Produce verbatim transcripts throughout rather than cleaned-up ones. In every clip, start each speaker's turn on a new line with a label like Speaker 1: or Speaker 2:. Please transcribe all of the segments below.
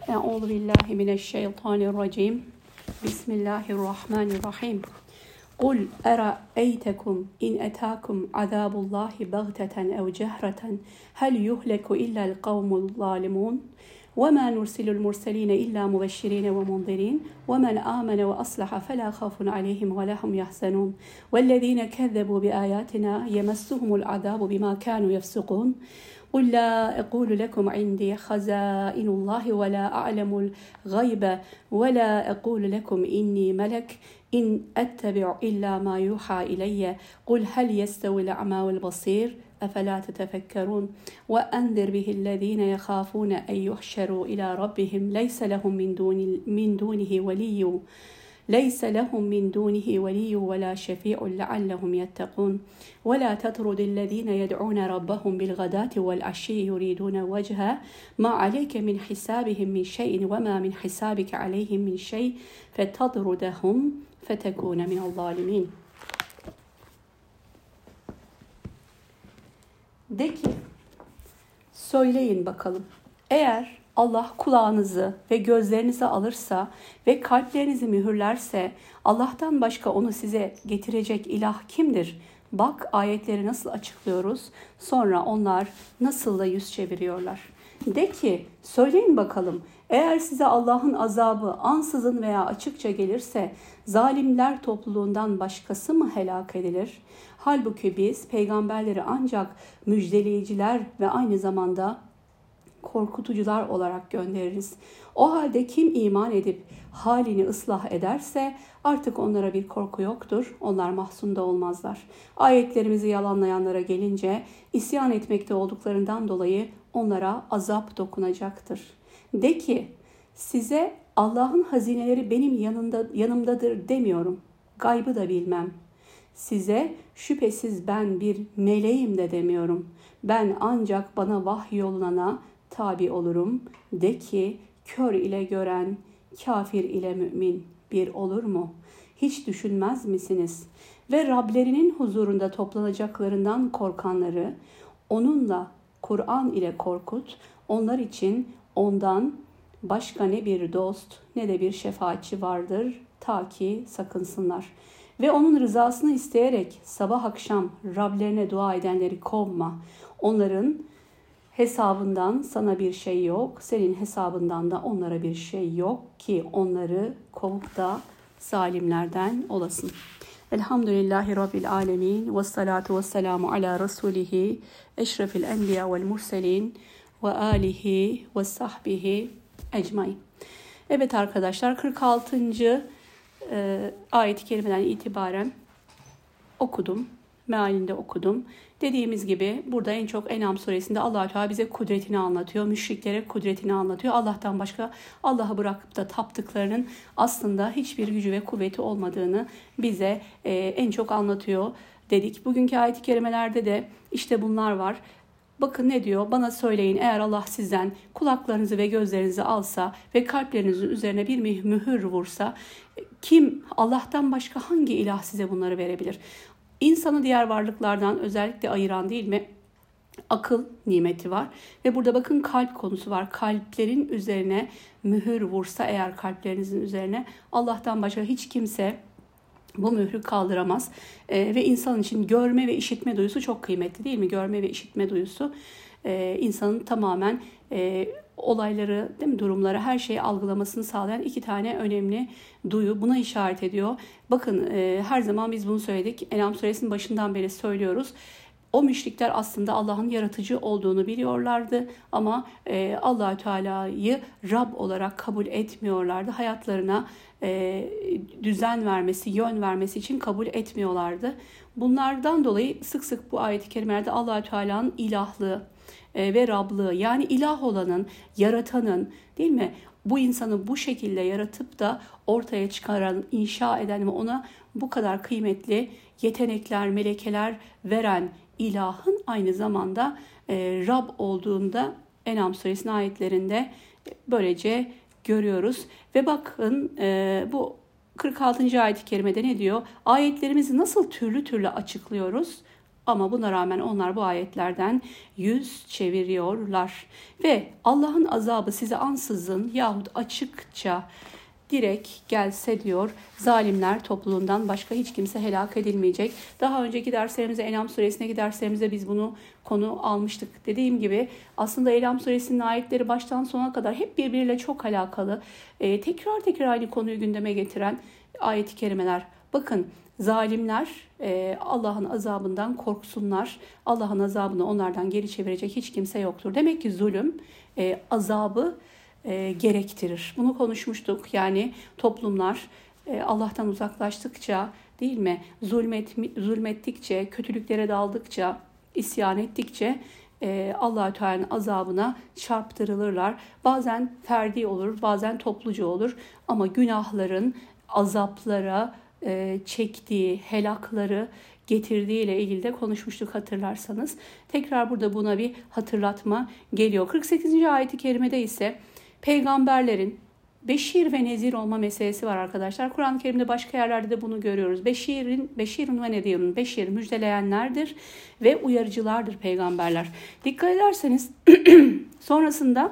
Speaker 1: Euzu billahi mineşşeytanirracim. Bismillahirrahmanirrahim. Kul eraeytekum in etâkum azâbullâhi baghteten ev cehreten hel yuhleku illa'l kavmul zalimun. وَمَا نُرْسِلُ الْمُرْسَلِينَ إِلَّا مُبَشِّرِينَ وَمُنْذِرِينَ وَمَنْ آمَنَ وَأَصْلَحَ فَلَا خَوْفٌ عَلَيْهِمْ وَلَا هُمْ يَحْزَنُونَ وَالَّذِينَ كَذَّبُوا بِآيَاتِنَا يَمَسُّهُمُ الْعَذَابُ بِمَا كَانُوا يَفْسُقُونَ قُلْ لَا أَقُولُ لَكُمْ عِنْدِي خَزَائِنُ اللَّهِ وَلَا أَعْلَمُ الْغَيْبَ وَلَا أَقُولُ لَكُمْ إِنِّي مَلَكٌ إِنْ أَتَّبِعُ إِلَّا مَا يُوحَى إِلَيَّ قُلْ هَلْ يَسْتَوِي الْأَعْمَى وَالْبَصِيرُ أفلا تتفكرون وأنذر به الذين يخافون أن يحشروا إلى ربهم ليس لهم من دون من دونه ولي ليس لهم من دونه ولي ولا شفيع لعلهم يتقون ولا تطرد الذين يدعون ربهم بالغداة والعشي يريدون وجهه ما عليك من حسابهم من شيء وما من حسابك عليهم من شيء فتطردهم فتكون من الظالمين. De ki, söyleyin bakalım, eğer Allah kulağınızı ve gözlerinizi alırsa ve kalplerinizi mühürlerse Allah'tan başka onu size getirecek ilah kimdir? Bak ayetleri nasıl açıklıyoruz, sonra onlar nasıl da yüz çeviriyorlar. De ki, söyleyin bakalım, eğer size Allah'ın azabı ansızın veya açıkça gelirse zalimler topluluğundan başkası mı helak edilir? Halbuki biz peygamberleri ancak müjdeleyiciler ve aynı zamanda korkutucular olarak göndeririz. O halde kim iman edip halini ıslah ederse artık onlara bir korku yoktur. Onlar mahzun da olmazlar. Ayetlerimizi yalanlayanlara gelince isyan etmekte olduklarından dolayı onlara azap dokunacaktır. De ki, size Allah'ın hazineleri benim yanında, yanımdadır demiyorum. Gaybı da bilmem. Size şüphesiz ben bir meleğim de demiyorum. Ben ancak bana vahyolunana tabi olurum. De ki, kör ile gören, kafir ile mümin bir olur mu? Hiç düşünmez misiniz? Ve Rablerinin huzurunda toplanacaklarından korkanları onunla, Kur'an ile korkut. Onlar için ondan başka ne bir dost ne de bir şefaatçi vardır ta ki sakınsınlar. Ve onun rızasını isteyerek sabah akşam Rablerine dua edenleri kovma. Onların hesabından sana bir şey yok, senin hesabından da onlara bir şey yok ki onları kovup da zalimlerden olasın. Elhamdülillahi Rabbil alemin ve salatu ve selamu ala Resulihi eşrefil enbiya vel murselin ve alihi ve sahbihi ecmain. Evet arkadaşlar, kırk altıncı E, ayet-i kerimeden itibaren okudum. Mealinde okudum. Dediğimiz gibi burada en çok En'am suresinde Allah-u Teala bize kudretini anlatıyor. Müşriklere kudretini anlatıyor. Allah'tan başka Allah'ı bırakıp da taptıklarının aslında hiçbir gücü ve kuvveti olmadığını bize e, en çok anlatıyor dedik. Bugünkü ayet-i kerimelerde de işte bunlar var. Bakın ne diyor? Bana söyleyin, eğer Allah sizden kulaklarınızı ve gözlerinizi alsa ve kalplerinizin üzerine bir mühür vursa kim, Allah'tan başka hangi ilah size bunları verebilir? İnsanı diğer varlıklardan özellikle ayıran değil mi? Akıl nimeti var ve burada bakın kalp konusu var. Kalplerin üzerine mühür vursa eğer kalplerinizin üzerine Allah'tan başka hiç kimse bu mührü kaldıramaz. Ee, ve insan için görme ve işitme duyusu çok kıymetli değil mi? Görme ve işitme duyusu e, insanın tamamen e, olayları, değil mi, durumları, her şeyi algılamasını sağlayan iki tane önemli duyu. Buna işaret ediyor. Bakın e, her zaman biz bunu söyledik. En'am suresinin başından beri söylüyoruz. O müşrikler aslında Allah'ın yaratıcı olduğunu biliyorlardı ama e, Allah-u Teala'yı Rab olarak kabul etmiyorlardı. Hayatlarına e, düzen vermesi, yön vermesi için kabul etmiyorlardı. Bunlardan dolayı sık sık bu ayet-i kerimelerde Allah-u Teala'nın ilahlığı e, ve Rablığı, yani ilah olanın, yaratanın, değil mi, bu insanı bu şekilde yaratıp da ortaya çıkaran, inşa eden ve ona bu kadar kıymetli yetenekler, melekeler veren ilahın aynı zamanda e, Rab olduğunda En'am suresinin ayetlerinde böylece görüyoruz. Ve bakın e, bu kırk altıncı ayet-i kerimede ne diyor? Ayetlerimizi nasıl türlü türlü açıklıyoruz? Ama buna rağmen onlar bu ayetlerden yüz çeviriyorlar. Ve Allah'ın azabı size ansızın yahut açıkça direkt gelse diyor, zalimler topluluğundan başka hiç kimse helak edilmeyecek. Daha önceki derslerimizde, En'am suresindeki derslerimizde biz bunu konu almıştık. Dediğim gibi aslında En'am suresinin ayetleri baştan sona kadar hep birbiriyle çok alakalı. Ee, tekrar tekrar aynı konuyu gündeme getiren ayet-i kerimeler. Bakın, zalimler e, Allah'ın azabından korksunlar. Allah'ın azabını onlardan geri çevirecek hiç kimse yoktur. Demek ki zulüm e, azabı e, gerektirir. Bunu konuşmuştuk. Yani toplumlar e, Allah'tan uzaklaştıkça, değil mi? Zulmet, zulmettikçe, kötülüklere daldıkça, isyan ettikçe e, Allah-u Teala'nın azabına çarptırılırlar. Bazen ferdi olur, bazen topluca olur. Ama günahların azaplara e, çektiği, helakları getirdiği ile ilgili de konuşmuştuk hatırlarsanız. Tekrar burada buna bir hatırlatma geliyor. kırk sekizinci ayet-i kerimede ise peygamberlerin beşir ve nezir olma meselesi var arkadaşlar. Kur'an-ı Kerim'de başka yerlerde de bunu görüyoruz. Beşirin, beşirun ve nedirun. Beşir müjdeleyenlerdir ve uyarıcılardır peygamberler. Dikkat ederseniz sonrasında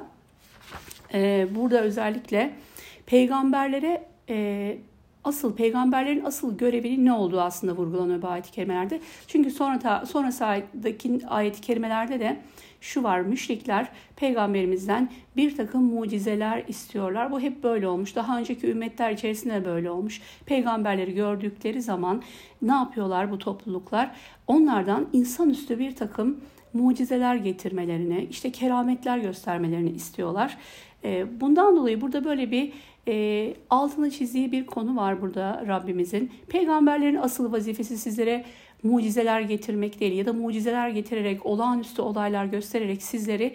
Speaker 1: e, burada özellikle peygamberlere e, asıl peygamberlerin asıl görevinin ne olduğu aslında vurgulanıyor bu ayet-i kerimelerde. Çünkü sonra sonrasındaki ayet-i kerimelerde de şu var: müşrikler peygamberimizden bir takım mucizeler istiyorlar. Bu hep böyle olmuş. Daha önceki ümmetler içerisinde de böyle olmuş. Peygamberleri gördükleri zaman ne yapıyorlar bu topluluklar? Onlardan insanüstü bir takım mucizeler getirmelerini, işte kerametler göstermelerini istiyorlar. Bundan dolayı burada böyle bir e, altını çizdiği bir konu var burada Rabbimizin. Peygamberlerin asıl vazifesi sizlere mucizeler getirmek değil ya da mucizeler getirerek, olağanüstü olaylar göstererek sizleri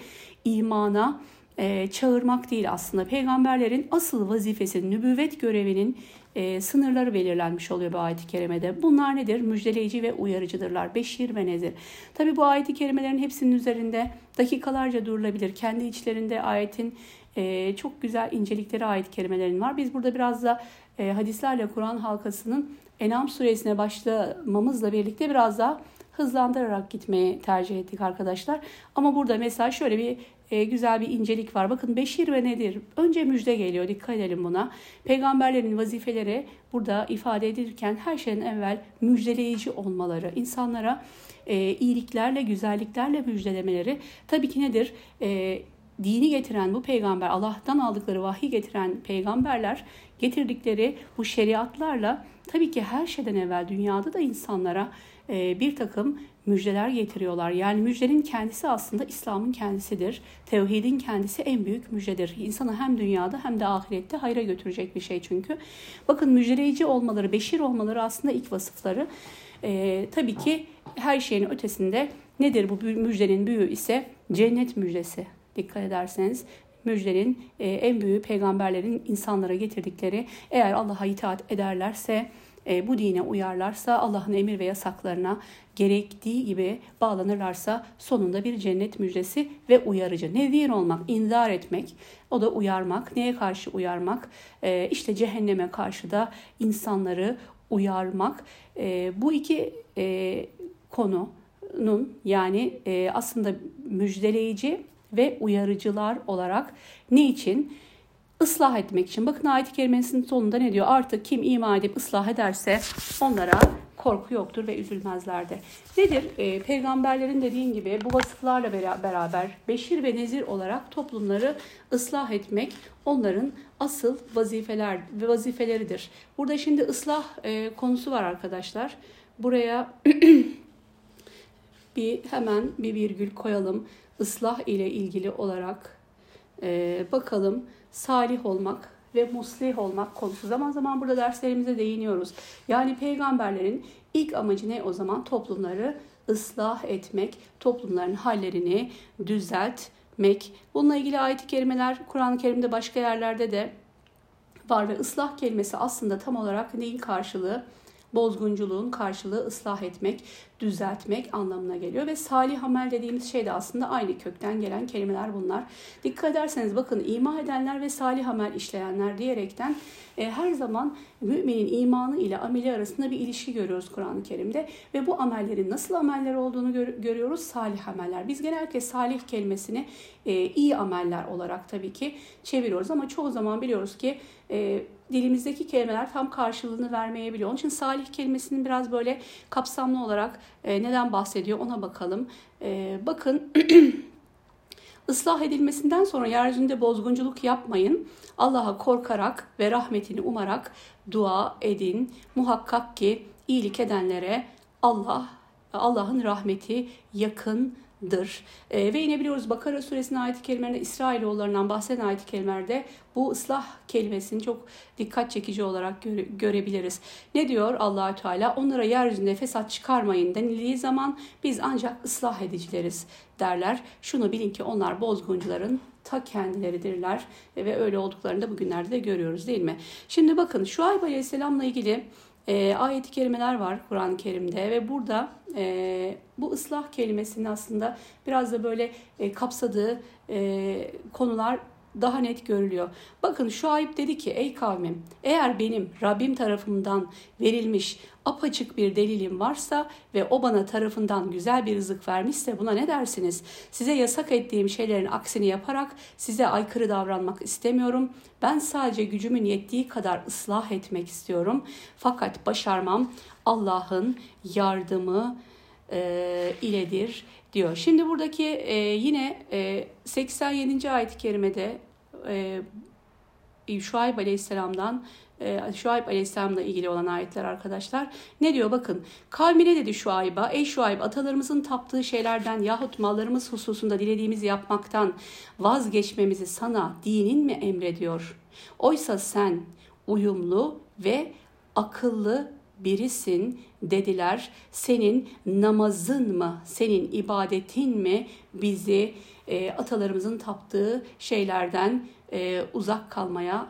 Speaker 1: imana e, çağırmak değil aslında. Peygamberlerin asıl vazifesi, nübüvvet görevinin e, sınırları belirlenmiş oluyor bu ayet-i kerimede. Bunlar nedir? Müjdeleyici ve uyarıcıdırlar. Beşir ve nezir. Tabi bu ayet-i kerimelerin hepsinin üzerinde dakikalarca durulabilir. Kendi içlerinde ayetin e, çok güzel incelikleri ayet-i kerimelerin var. Biz burada biraz da e, hadislerle Kur'an halkasının En'am suresine başlamamızla birlikte biraz daha hızlandırarak gitmeyi tercih ettik arkadaşlar. Ama burada mesela şöyle bir e, güzel bir incelik var. Bakın beşir ve nedir? Önce müjde geliyor. Dikkat edelim buna. Peygamberlerin vazifeleri burada ifade edilirken her şeyden evvel müjdeleyici olmaları, insanlara e, iyiliklerle, güzelliklerle müjdelemeleri. Tabii ki nedir? E, dini getiren bu peygamber, Allah'tan aldıkları vahyi getiren peygamberler getirdikleri bu şeriatlarla tabii ki her şeyden evvel dünyada da insanlara e, bir takım müjdeler getiriyorlar. Yani müjdenin kendisi aslında İslam'ın kendisidir. Tevhidin kendisi en büyük müjdedir. İnsanı hem dünyada hem de ahirette hayra götürecek bir şey çünkü. Bakın, müjdeleyici olmaları, beşir olmaları aslında ilk vasıfları. E, tabii ki her şeyin ötesinde nedir bu müjdenin büyüğü ise cennet müjdesi. Dikkat ederseniz müjdenin en büyüğü peygamberlerin insanlara getirdikleri, eğer Allah'a itaat ederlerse, bu dine uyarlarsa, Allah'ın emir ve yasaklarına gerektiği gibi bağlanırlarsa sonunda bir cennet müjdesi ve uyarıcı. Nezir olmak, inzar etmek, o da uyarmak. Neye karşı uyarmak? İşte cehenneme karşı da insanları uyarmak. Bu iki konunun yani aslında müjdeleyici ve uyarıcılar olarak ne için? Islah etmek için. Bakın ayet-i kerimesinin sonunda ne diyor? Artık kim iman edip ıslah ederse onlara korku yoktur ve üzülmezler de. Nedir? E, peygamberlerin dediğin gibi bu vasıflarla beraber beşir ve nezir olarak toplumları ıslah etmek onların asıl vazifeler ve vazifeleridir. Burada şimdi ıslah e, konusu var arkadaşlar. Buraya bir hemen bir virgül koyalım. Islah ile ilgili olarak e, bakalım. Salih olmak ve muslih olmak konusu. Zaman zaman burada derslerimize değiniyoruz. Yani peygamberlerin ilk amacı ne o zaman? Toplumları ıslah etmek, toplumların hallerini düzeltmek. Bununla ilgili ayet-i kerimeler Kur'an-ı Kerim'de başka yerlerde de var ve ıslah kelimesi aslında tam olarak neyin karşılığı? bozgunculuğun karşılığı ıslah etmek, düzeltmek anlamına geliyor. Ve salih amel dediğimiz şey de aslında aynı kökten gelen kelimeler bunlar. Dikkat ederseniz bakın, iman edenler ve salih amel işleyenler diyerekten e, her zaman müminin imanı ile ameli arasında bir ilişki görüyoruz Kur'an-ı Kerim'de. Ve bu amellerin nasıl ameller olduğunu gör, görüyoruz. Salih ameller. Biz genellikle salih kelimesini e, iyi ameller olarak tabii ki çeviriyoruz. Ama çoğu zaman biliyoruz ki e, dilimizdeki kelimeler tam karşılığını vermeyebiliyor. Onun için salih kelimesinin biraz böyle kapsamlı olarak e, neden bahsediyor ona bakalım. E, bakın ıslah edilmesinden sonra yeryüzünde bozgunculuk yapmayın. Allah'a korkarak ve rahmetini umarak dua edin. Muhakkak ki iyilik edenlere Allah Allah'ın rahmeti yakındır. E, ve yine biliyoruz Bakara suresinin ayet-i kerimelerinde İsrailoğullarından bahseden ayet-i kerimelerde bu ıslah kelimesini çok dikkat çekici olarak göre, görebiliriz. Ne diyor Allah-u Teala? Onlara yeryüzünde fesat çıkarmayın denildiği zaman biz ancak ıslah edicileriz derler. Şunu bilin ki onlar bozguncuların ta kendileridirler ve öyle olduklarını da bugünlerde de görüyoruz, değil mi? Şimdi bakın Şuayb Aleyhisselam'la ilgili E, ayet-i kerimeler var Kur'an-ı Kerim'de ve burada e, bu ıslah kelimesinin aslında biraz da böyle e, kapsadığı e, konular daha net görülüyor. Bakın Şuayb dedi ki ey kavmim, eğer benim Rabbim tarafından verilmiş apaçık bir delilim varsa ve o bana tarafından güzel bir rızık vermişse buna ne dersiniz? Size yasak ettiğim şeylerin aksini yaparak size aykırı davranmak istemiyorum. Ben sadece gücümün yettiği kadar ıslah etmek istiyorum. Fakat başarmam Allah'ın yardımı e, iledir diyor. Şimdi buradaki e, yine e, seksen yedinci ayet-i kerimede e, Şuayb Aleyhisselam'dan e, Şuayb Aleyhisselam'la ilgili olan ayetler arkadaşlar. Ne diyor bakın. Kavmine dedi Şuayb'a, ey Şuayb, atalarımızın taptığı şeylerden yahut mallarımız hususunda dilediğimizi yapmaktan vazgeçmemizi sana dinin mi emrediyor? Oysa sen uyumlu ve akıllı birisin dediler. Senin namazın mı, senin ibadetin mi bizi e, atalarımızın taptığı şeylerden e, uzak kalmaya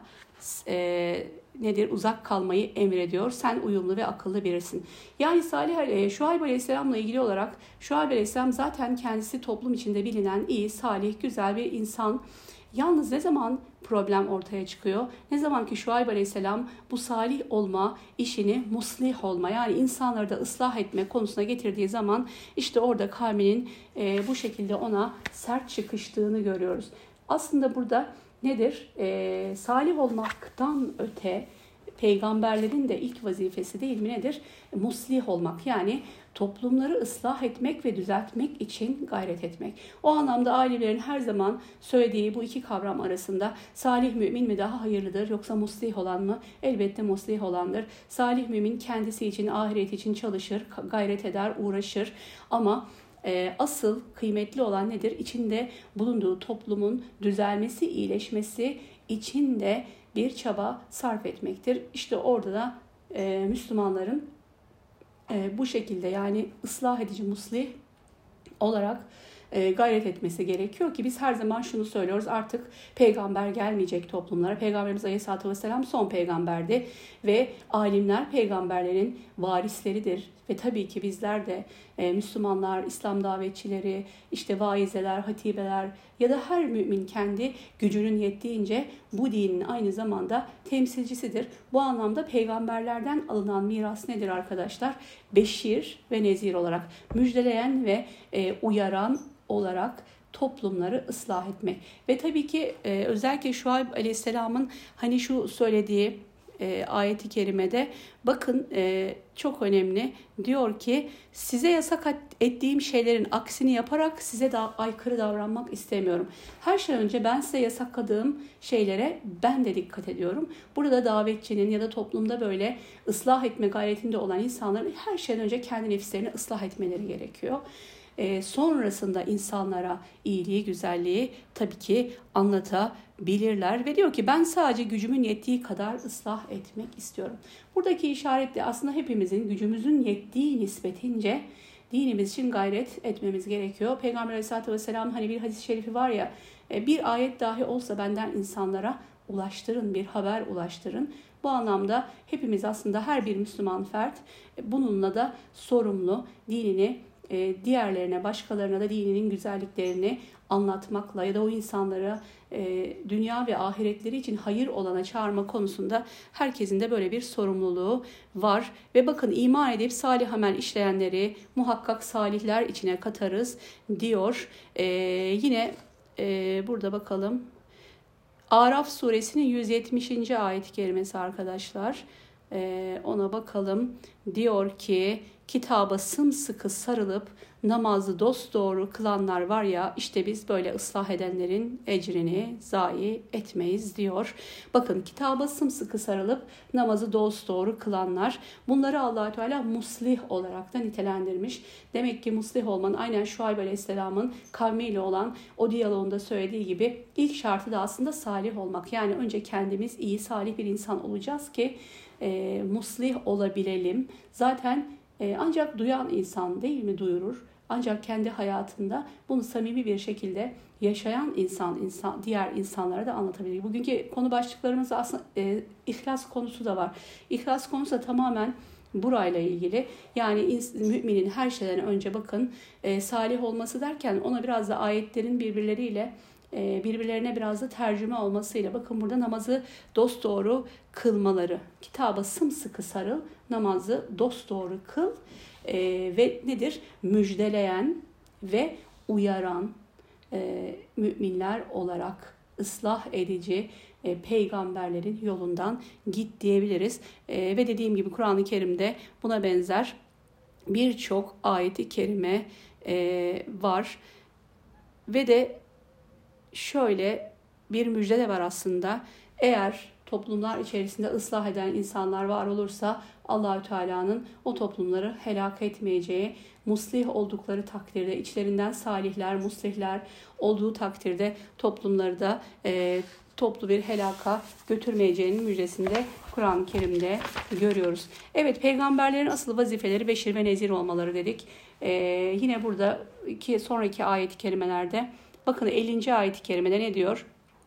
Speaker 1: e, nedir? Uzak kalmayı emrediyor. Sen uyumlu ve akıllı birisin. Yani Salih e, Şuayb Aleyhisselam'la ilgili olarak Şuayb Aleyhisselam zaten kendisi toplum içinde bilinen iyi, salih, güzel bir insan. Yalnız ne zaman problem ortaya çıkıyor? Ne zaman ki Şuayb Aleyhisselam bu salih olma işini muslih olma, yani insanları da ıslah etme konusuna getirdiği zaman işte orada kavminin e, bu şekilde ona sert çıkıştığını görüyoruz. Aslında burada nedir? E, salih olmaktan öte peygamberlerin de ilk vazifesi değil mi nedir? Muslih olmak, yani toplumları ıslah etmek ve düzeltmek için gayret etmek. O anlamda alimlerin her zaman söylediği bu iki kavram arasında salih mümin mi daha hayırlıdır yoksa muslih olan mı? Elbette muslih olandır. Salih mümin kendisi için, ahiret için çalışır, gayret eder, uğraşır ama e, asıl kıymetli olan nedir? İçinde bulunduğu toplumun düzelmesi, iyileşmesi için de bir çaba sarf etmektir. İşte orada da e, Müslümanların e, bu şekilde, yani ıslah edici, muslih olarak e, gayret etmesi gerekiyor ki biz her zaman şunu söylüyoruz: artık peygamber gelmeyecek toplumlara. Peygamberimiz Aleyhisselatü Vesselam son peygamberdi ve alimler peygamberlerin varisleridir. Ve tabii ki bizler de e, Müslümanlar, İslam davetçileri, işte vaizeler, hatibeler ya da her mümin kendi gücünün yettiğince bu dinin aynı zamanda temsilcisidir. Bu anlamda peygamberlerden alınan miras nedir arkadaşlar? Beşir ve nezir olarak, müjdeleyen ve e, uyaran olarak toplumları ıslah etmek. Ve tabii ki e, özellikle Şuayb Aleyhisselam'ın hani şu söylediği E, ayeti kerimede bakın e, çok önemli. Diyor ki size yasak ettiğim şeylerin aksini yaparak size daha aykırı davranmak istemiyorum. Her şeyden önce ben size yasakladığım şeylere ben de dikkat ediyorum. Burada davetçinin ya da toplumda böyle ıslah etme gayretinde olan insanların her şeyden önce kendi nefislerini ıslah etmeleri gerekiyor. E, sonrasında insanlara iyiliği, güzelliği tabii ki anlatabilirler ve diyor ki ben sadece gücümün yettiği kadar ıslah etmek istiyorum. Buradaki işaret de aslında hepimizin gücümüzün yettiği nispetince dinimiz için gayret etmemiz gerekiyor. Peygamber Aleyhisselatü Vesselam hani bir hadis-i şerifi var ya, bir ayet dahi olsa benden insanlara ulaştırın, bir haber ulaştırın. Bu anlamda hepimiz aslında her bir Müslüman fert bununla da sorumlu, dinini diğerlerine, başkalarına da dininin güzelliklerini anlatmakla ya da o insanlara e, dünya ve ahiretleri için hayır olana çağırma konusunda herkesin de böyle bir sorumluluğu var. Ve bakın, iman edip salih amel işleyenleri muhakkak salihler içine katarız diyor. E, yine e, burada bakalım. Araf suresinin yüz yetmişinci ayet-i kerimesi arkadaşlar. E, ona bakalım. Diyor ki, kitaba sımsıkı sarılıp namazı dosdoğru kılanlar var ya, işte biz böyle ıslah edenlerin ecrini zayi etmeyiz diyor. Bakın, kitaba sımsıkı sarılıp namazı dosdoğru kılanlar, bunları Allah-u Teala muslih olarak da nitelendirmiş. Demek ki muslih olmanın aynen Şuayb Aleyhisselam'ın kavmiyle olan o diyaloğunda söylediği gibi ilk şartı da aslında salih olmak. Yani önce kendimiz iyi, salih bir insan olacağız ki e, muslih olabilelim. Zaten e, ancak duyan insan değil mi duyurur? Ancak kendi hayatında bunu samimi bir şekilde yaşayan insan, insan diğer insanlara da anlatabilir. Bugünkü konu başlıklarımızda aslında e, ihlas konusu da var. İhlas konusu da tamamen burayla ilgili. Yani müminin her şeyden önce bakın e, salih olması derken ona biraz da ayetlerin birbirleriyle e, birbirlerine biraz da tercüme olmasıyla, bakın burada namazı dosdoğru kılmaları. Kitaba sımsıkı sarıl, namazı dosdoğru kıl. Ee, ve nedir? Müjdeleyen ve uyaran e, müminler olarak ıslah edici e, peygamberlerin yolundan git diyebiliriz. E, ve dediğim gibi Kur'an-ı Kerim'de buna benzer birçok ayet-i kerime e, var. Ve de şöyle bir müjde de var aslında. Eğer toplumlar içerisinde ıslah eden insanlar var olursa Allah-u Teala'nın o toplumları helak etmeyeceği, muslih oldukları takdirde, içlerinden salihler, muslihler olduğu takdirde toplumları da e, toplu bir helaka götürmeyeceğinin müjdesini de Kur'an-ı Kerim'de görüyoruz. Evet, peygamberlerin asıl vazifeleri beşir ve nezir olmaları dedik. E, yine burada iki, sonraki ayet-i kerimelerde bakın ellinci ayet-i kerimede ne diyor?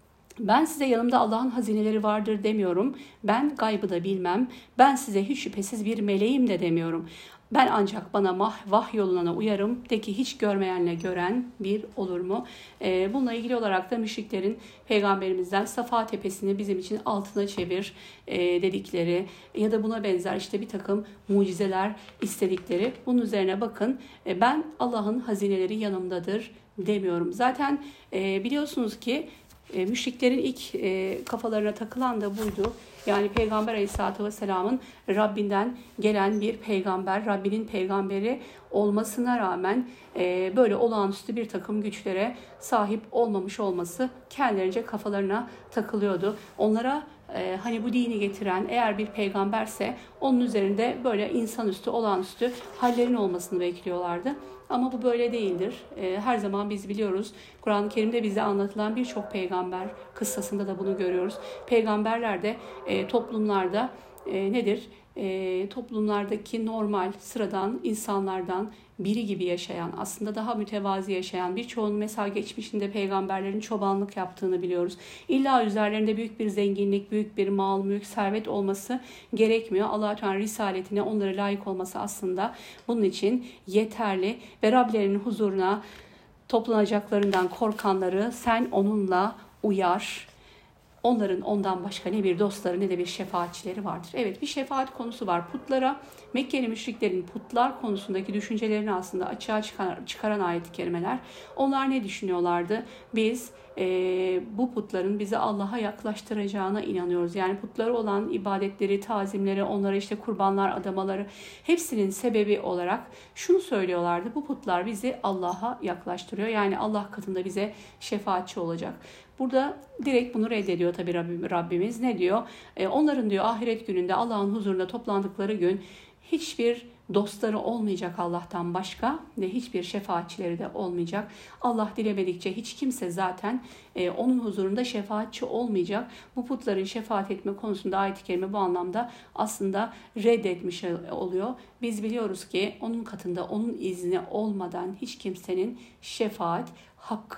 Speaker 1: Ben size yanımda Allah'ın hazineleri vardır demiyorum. Ben gaybı da bilmem. Ben size hiç şüphesiz bir meleğim de demiyorum. Ben ancak bana mah, vahyolunana uyarım. De ki hiç görmeyenle gören bir olur mu? Ee, bununla ilgili olarak da müşriklerin peygamberimizden Safa tepesini bizim için altına çevir e, dedikleri ya da buna benzer işte bir takım mucizeler istedikleri. Bunun üzerine bakın e, ben Allah'ın hazineleri yanımdadır demiyorum. Zaten e, biliyorsunuz ki E, müşriklerin ilk e, kafalarına takılan da buydu. Yani Peygamber Aleyhisselatü Vesselam'ın Rabbinden gelen bir peygamber, Rabbinin peygamberi olmasına rağmen e, böyle olağanüstü bir takım güçlere sahip olmamış olması kendilerince kafalarına takılıyordu. Onlara e, hani bu dini getiren eğer bir peygamberse onun üzerinde böyle insanüstü, olağanüstü hallerin olmasını bekliyorlardı. Ama bu böyle değildir. Her zaman biz biliyoruz. Kur'an-ı Kerim'de bize anlatılan birçok peygamber kıssasında da bunu görüyoruz. Peygamberler de e, toplumlarda e, nedir? E, toplumlardaki normal, sıradan insanlardan biri gibi yaşayan, aslında daha mütevazi yaşayan, birçoğunun mesela geçmişinde peygamberlerin çobanlık yaptığını biliyoruz. İlla üzerlerinde büyük bir zenginlik, büyük bir mal, mülk, servet olması gerekmiyor. Allah-u Teala risaletine onlara layık olması aslında bunun için yeterli ve Rablerinin huzuruna toplanacaklarından korkanları sen onunla uyar. Onların ondan başka ne bir dostları ne de bir şefaatçileri vardır. Evet, bir şefaat konusu var. Putlara, Mekkeli müşriklerin putlar konusundaki düşüncelerini aslında açığa çıkaran ayet-i kerimeler. Onlar ne düşünüyorlardı? Biz e, bu putların bizi Allah'a yaklaştıracağına inanıyoruz. Yani putları olan ibadetleri, tazimleri, onlara işte kurbanlar adamaları hepsinin sebebi olarak şunu söylüyorlardı. Bu putlar bizi Allah'a yaklaştırıyor. Yani Allah katında bize şefaatçi olacak. Burada direkt bunu reddediyor tabii Rabbimiz. Ne diyor? E, onların diyor ahiret gününde Allah'ın huzurunda toplandıkları gün hiçbir dostları olmayacak Allah'tan başka ve hiçbir şefaatçileri de olmayacak. Allah dilemedikçe hiç kimse zaten e, onun huzurunda şefaatçi olmayacak. Bu putların şefaat etme konusunda ayet-i kerime bu anlamda aslında reddetmiş oluyor. Biz biliyoruz ki onun katında onun izni olmadan hiç kimsenin şefaat hakkı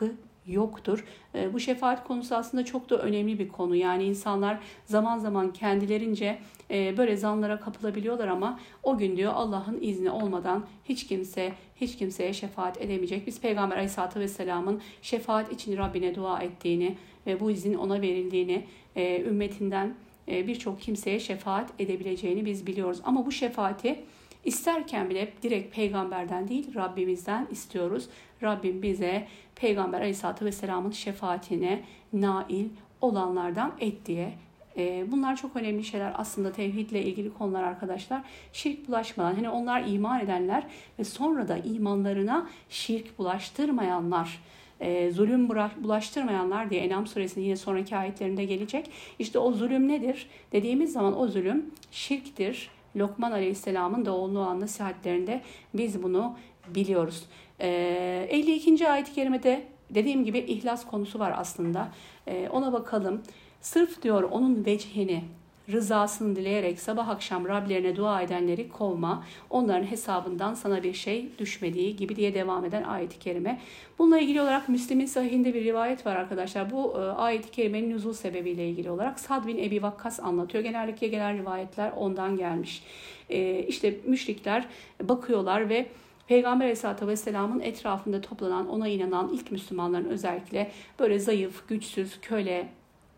Speaker 1: yoktur. E, bu şefaat konusu aslında çok da önemli bir konu. Yani insanlar zaman zaman kendilerince e, böyle zanlara kapılabiliyorlar ama o gün diyor Allah'ın izni olmadan hiç kimse hiç kimseye şefaat edemeyecek. Biz Peygamber Aleyhisselatü Vesselam'ın şefaat için Rabbine dua ettiğini ve bu izin ona verildiğini, e, ümmetinden e, birçok kimseye şefaat edebileceğini biz biliyoruz. Ama bu şefaati İsterken bile hep direkt peygamberden değil Rabbimizden istiyoruz. Rabbim bize Peygamber Aleyhisselatü Vesselam'ın şefaatine nail olanlardan et diye. Bunlar çok önemli şeyler aslında tevhidle ilgili konular arkadaşlar. Şirk bulaşmadan, hani onlar iman edenler ve sonra da imanlarına şirk bulaştırmayanlar, e, zulüm bulaştırmayanlar diye En'am suresinin yine sonraki ayetlerinde gelecek. İşte o zulüm nedir? Dediğimiz zaman o zulüm şirktir. Lokman Aleyhisselam'ın da oğlunu olan nasihatlerinde biz bunu biliyoruz. Ee, elli ikinci ayet-i kerimede dediğim gibi ihlas konusu var aslında. Ee, ona bakalım. Sırf diyor onun vecihini, rızasını dileyerek sabah akşam Rablerine dua edenleri kovma. Onların hesabından sana bir şey düşmediği gibi diye devam eden ayet-i kerime. Bununla ilgili olarak Müslim'in sahihinde bir rivayet var arkadaşlar. Bu e, ayet-i kerimenin nüzul sebebiyle ilgili olarak Sad bin Ebi Vakkas anlatıyor. Genellikle gelen rivayetler ondan gelmiş. E, işte müşrikler bakıyorlar ve Peygamber Aleyhisselatü Vesselam'ın etrafında toplanan, ona inanan ilk Müslümanların özellikle böyle zayıf, güçsüz, köle,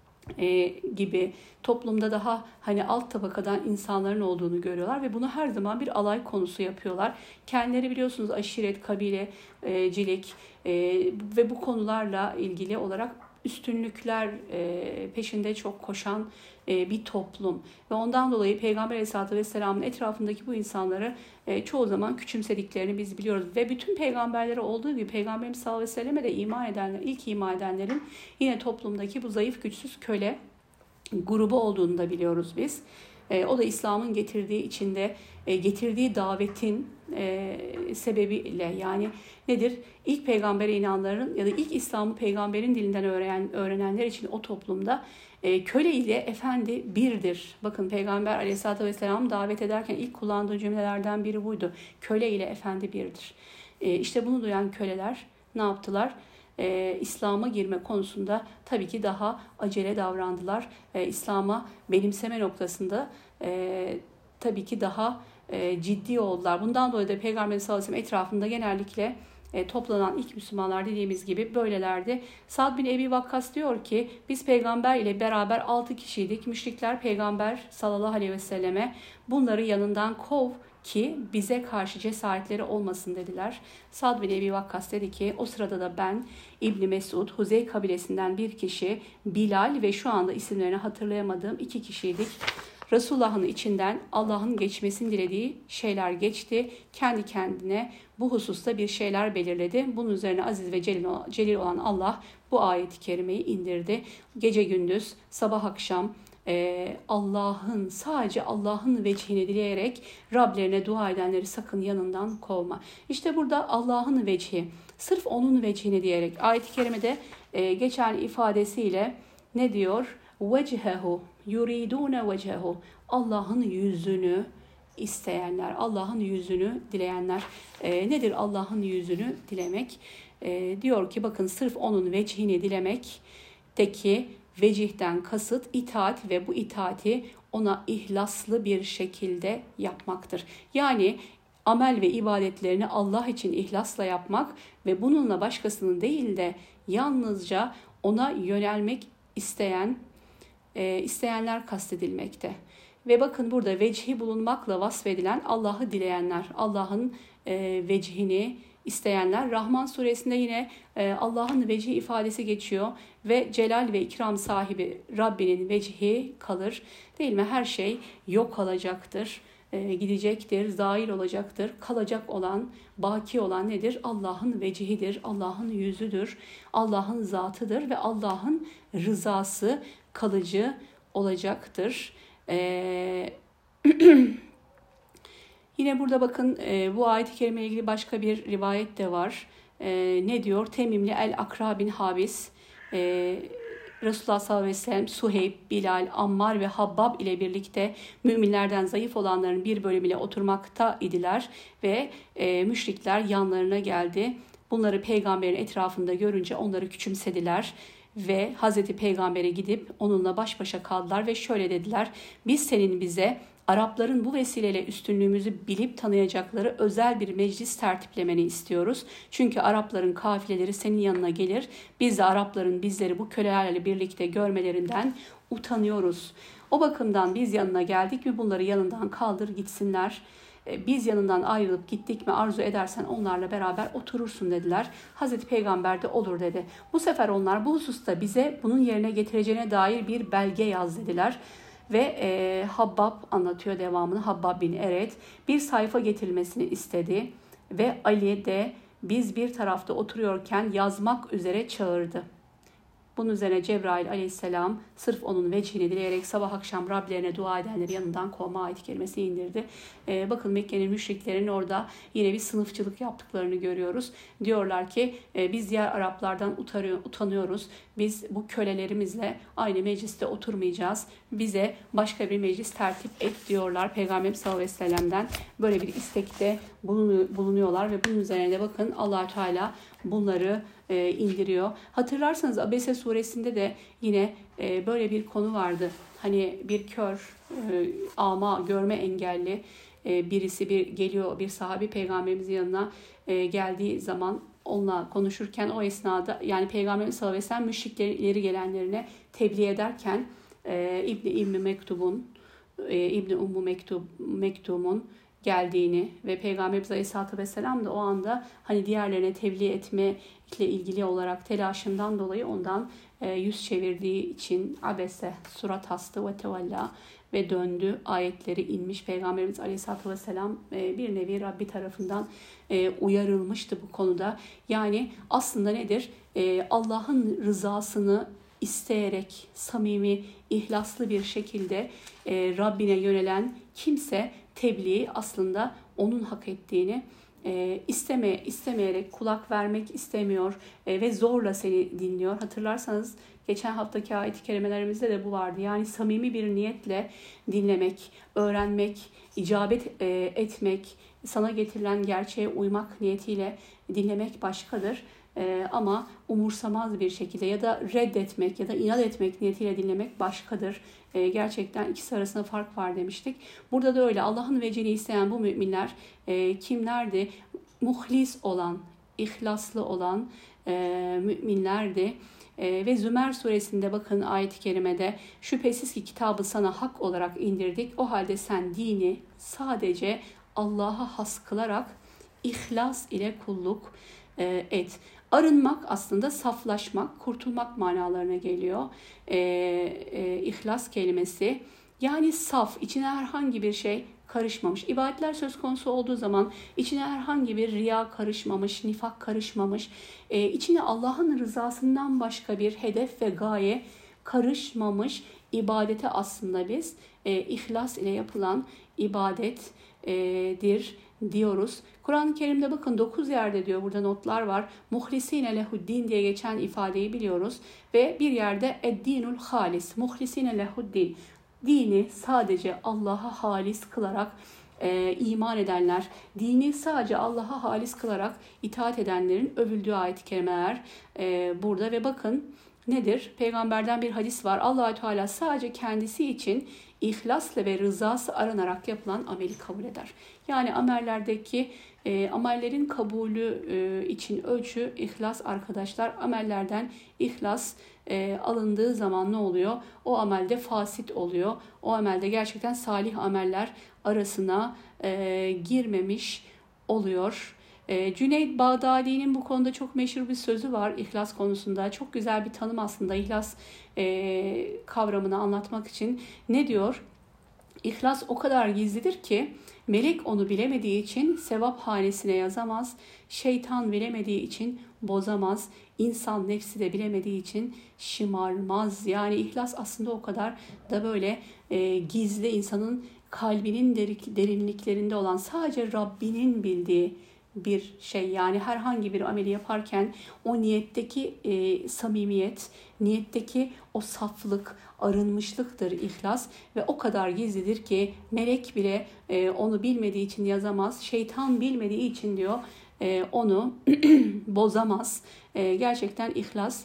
Speaker 1: E, gibi toplumda daha hani alt tabakadan insanların olduğunu görüyorlar ve bunu her zaman bir alay konusu yapıyorlar. Kendileri biliyorsunuz aşiret, kabilecilik e, ve bu konularla ilgili olarak üstünlükler e, peşinde çok koşan e, bir toplum. Ve ondan dolayı Peygamber Aleyhisselatü Vesselam'ın etrafındaki bu insanları e, çoğu zaman küçümsediklerini biz biliyoruz. Ve bütün peygamberlere olduğu gibi Peygamberimiz sallallahu aleyhi ve selleme de iman edenler, ilk iman edenlerin yine toplumdaki bu zayıf güçsüz köle grubu olduğunu da biliyoruz biz. E, o da İslam'ın getirdiği içinde e, getirdiği davetin e, sebebiyle, yani nedir? İlk peygambere inananların ya da ilk İslam'ı peygamberin dilinden öğrenen, öğrenenler için o toplumda e, köle ile efendi birdir. Bakın Peygamber Aleyhisselatü Vesselam davet ederken ilk kullandığı cümlelerden biri buydu. Köle ile efendi birdir. E, işte bunu duyan köleler ne yaptılar? E, İslam'a girme konusunda tabii ki daha acele davrandılar. E, İslam'a benimseme noktasında e, tabii ki daha e, ciddi oldular. Bundan dolayı da Peygamber sallallahu aleyhi ve sellem etrafında genellikle e, toplanan ilk Müslümanlar dediğimiz gibi böylelerdi. Sad bin Ebi Vakkas diyor ki biz peygamber ile beraber altı kişiydik. Müşrikler Peygamber sallallahu aleyhi ve selleme bunları yanından kov ki bize karşı cesaretleri olmasın dediler. Sad bin Ebi Vakkas dedi ki o sırada da ben, İbni Mesud, Huzey kabilesinden bir kişi, Bilal ve şu anda isimlerini hatırlayamadığım iki kişiydik. Resulullah'ın içinden Allah'ın geçmesini dilediği şeyler geçti. Kendi kendine bu hususta bir şeyler belirledi. Bunun üzerine aziz ve celil olan Allah bu ayet-i kerimeyi indirdi. Gece gündüz, sabah akşam Allah'ın, sadece Allah'ın vecihini dileyerek Rablerine dua edenleri sakın yanından kovma. İşte burada Allah'ın vecihi, sırf onun vecihini diyerek ayet-i kerimede geçen ifadesiyle ne diyor? Vecehehu yuridune vecehu, Allah'ın yüzünü isteyenler, Allah'ın yüzünü dileyenler. E, nedir Allah'ın yüzünü dilemek? E, diyor ki bakın sırf onun vecihini dilemekteki vecihten kasıt itaat ve bu itaati ona ihlaslı bir şekilde yapmaktır. Yani amel ve ibadetlerini Allah için ihlasla yapmak ve bununla başkasının değil de yalnızca ona yönelmek isteyen e, isteyenler kastedilmekte. Ve bakın burada vecihi bulunmakla vasfedilen Allah'ı dileyenler, Allah'ın e, vecihini isteyenler. Rahman suresinde yine e, Allah'ın vecihi ifadesi geçiyor ve celal ve ikram sahibi Rabbinin vecihi kalır. Değil mi? Her şey yok olacaktır, e, gidecektir, zail olacaktır. Kalacak olan, baki olan nedir? Allah'ın vecihidir, Allah'ın yüzüdür, Allah'ın zatıdır ve Allah'ın rızası kalıcı olacaktır. Eee Yine burada bakın e, bu ayet-i kerime ile ilgili başka bir rivayet de var. E, ne diyor? Temimli el-Akra bin Habis, e, Resulullah sallallahu aleyhi ve sellem, Suheyb, Bilal, Ammar ve Habbab ile birlikte müminlerden zayıf olanların bir bölümüyle oturmakta idiler ve e, müşrikler yanlarına geldi. bunları peygamberin etrafında görünce onları küçümsediler ve Hazreti Peygamber'e gidip onunla baş başa kaldılar ve şöyle dediler: biz senin bize Arapların bu vesileyle üstünlüğümüzü bilip tanıyacakları özel bir meclis tertiplemeni istiyoruz. Çünkü Arapların kafileleri senin yanına gelir. Biz de Arapların bizleri bu kölelerle birlikte görmelerinden utanıyoruz. O bakımdan biz yanına geldik mi bunları yanından kaldır gitsinler. Biz yanından ayrılıp gittik mi arzu edersen onlarla beraber oturursun dediler. Hazreti Peygamber de olur dedi. Bu sefer onlar bu hususta bize bunun yerine getireceğine dair bir belge yaz dediler. Ve e, Habbab anlatıyor devamını. Habbab bin Eret bir sayfa getirilmesini istedi ve Ali de biz bir tarafta oturuyorken yazmak üzere çağırdı. Bunun üzerine Cebrail aleyhisselam sırf onun vecihini dileyerek sabah akşam Rablerine dua edenleri yanından kovma ayet-i kerimesini indirdi. Ee, bakın Mekke'nin müşriklerinin orada yine bir sınıfçılık yaptıklarını görüyoruz. Diyorlar ki e, biz diğer Araplardan utanıyor, utanıyoruz. Biz bu kölelerimizle aynı mecliste oturmayacağız. Bize başka bir meclis tertip et diyorlar. Peygamberimiz sallallahu aleyhi ve sellem'den böyle bir istekte bulunuyorlar ve bunun üzerine de bakın Allah-u Teala bunları e, indiriyor. Hatırlarsanız Abese suresinde de yine e, böyle bir konu vardı. Hani bir kör, e, ama görme engelli e, birisi bir geliyor, bir sahabi peygamberimizin yanına e, geldiği zaman onunla konuşurken o esnada yani Peygamberimiz sallallahu aleyhi ve sellem müşrikleri ileri gelenlerine tebliğ ederken e, İbni İmmi Mektub'un e, İbni Ummu Mektub, Mektub'un geldiğini ve Peygamberimiz Aleyhisselatü Vesselam da o anda hani diğerlerine tebliğ etme ile ilgili olarak telaşından dolayı ondan e, yüz çevirdiği için abese surat astı ve tevalla ve döndü ayetleri inmiş. Peygamberimiz Aleyhisselatü Vesselam e, bir nevi Rabbi tarafından e, uyarılmıştı bu konuda. Yani aslında nedir? E, Allah'ın rızasını isteyerek samimi, ihlaslı bir şekilde e, Rabbine yönelen kimse tebliği aslında onun hak ettiğini e, isteme, istemeyerek kulak vermek istemiyor e, ve zorla seni dinliyor. Hatırlarsanız geçen haftaki ayet-i kerimelerimizde de bu vardı. Yani samimi bir niyetle dinlemek, öğrenmek, icabet e, etmek, sana getirilen gerçeğe uymak niyetiyle dinlemek başkadır. Ee, ama umursamaz bir şekilde ya da reddetmek ya da inat etmek niyetiyle dinlemek başkadır. Ee, gerçekten ikisi arasında fark var demiştik. Burada da öyle Allah'ın vecihini isteyen bu müminler e, kimlerdi? Muhlis olan, ihlaslı olan e, müminlerdi. E, ve Zümer suresinde bakın ayet-i kerimede şüphesiz ki kitabı sana hak olarak indirdik. O halde sen dini sadece Allah'a has kılarak ihlas ile kulluk e, et. Arınmak aslında saflaşmak, kurtulmak manalarına geliyor. E, e, İhlas kelimesi yani saf, içine herhangi bir şey karışmamış. İbadetler söz konusu olduğu zaman içine herhangi bir riya karışmamış, nifak karışmamış, e, içine Allah'ın rızasından başka bir hedef ve gaye karışmamış ibadete aslında biz e, ihlas ile yapılan ibadettir diyoruz. Kur'an-ı Kerim'de bakın dokuz yerde diyor, burada notlar var. Muhlisine lehuddin diye geçen ifadeyi biliyoruz. Ve bir yerde eddinul halis, muhlisine lehuddin. Dini sadece Allah'a halis kılarak e, iman edenler, dini sadece Allah'a halis kılarak itaat edenlerin övüldüğü ayet-i kerimeler e, burada. Ve bakın nedir? Peygamberden bir hadis var. Allah-u Teala sadece kendisi için ihlasla ve rızası aranarak yapılan ameli kabul eder. Yani amellerdeki e, amellerin kabulü e, için ölçü ihlas arkadaşlar. Amellerden ihlas e, alındığı zaman ne oluyor? O amelde fasit oluyor. O amelde gerçekten salih ameller arasına e, girmemiş oluyor. E, Cüneyd Bağdadi'nin bu konuda çok meşhur bir sözü var ihlas konusunda. Çok güzel bir tanım aslında ihlas e, kavramını anlatmak için. Ne diyor? İhlas o kadar gizlidir ki melek onu bilemediği için sevap hanesine yazamaz. Şeytan bilemediği için bozamaz. İnsan nefsi de bilemediği için şımarmaz. Yani ihlas aslında o kadar da böyle e, gizli, insanın kalbinin derinliklerinde olan, sadece Rabbinin bildiği bir şey. Yani herhangi bir ameli yaparken o niyetteki e, samimiyet, niyetteki o saflık, arınmışlıktır ihlas ve o kadar gizlidir ki melek bile e, onu bilmediği için yazamaz. Şeytan bilmediği için diyor e, onu bozamaz. E, gerçekten ihlas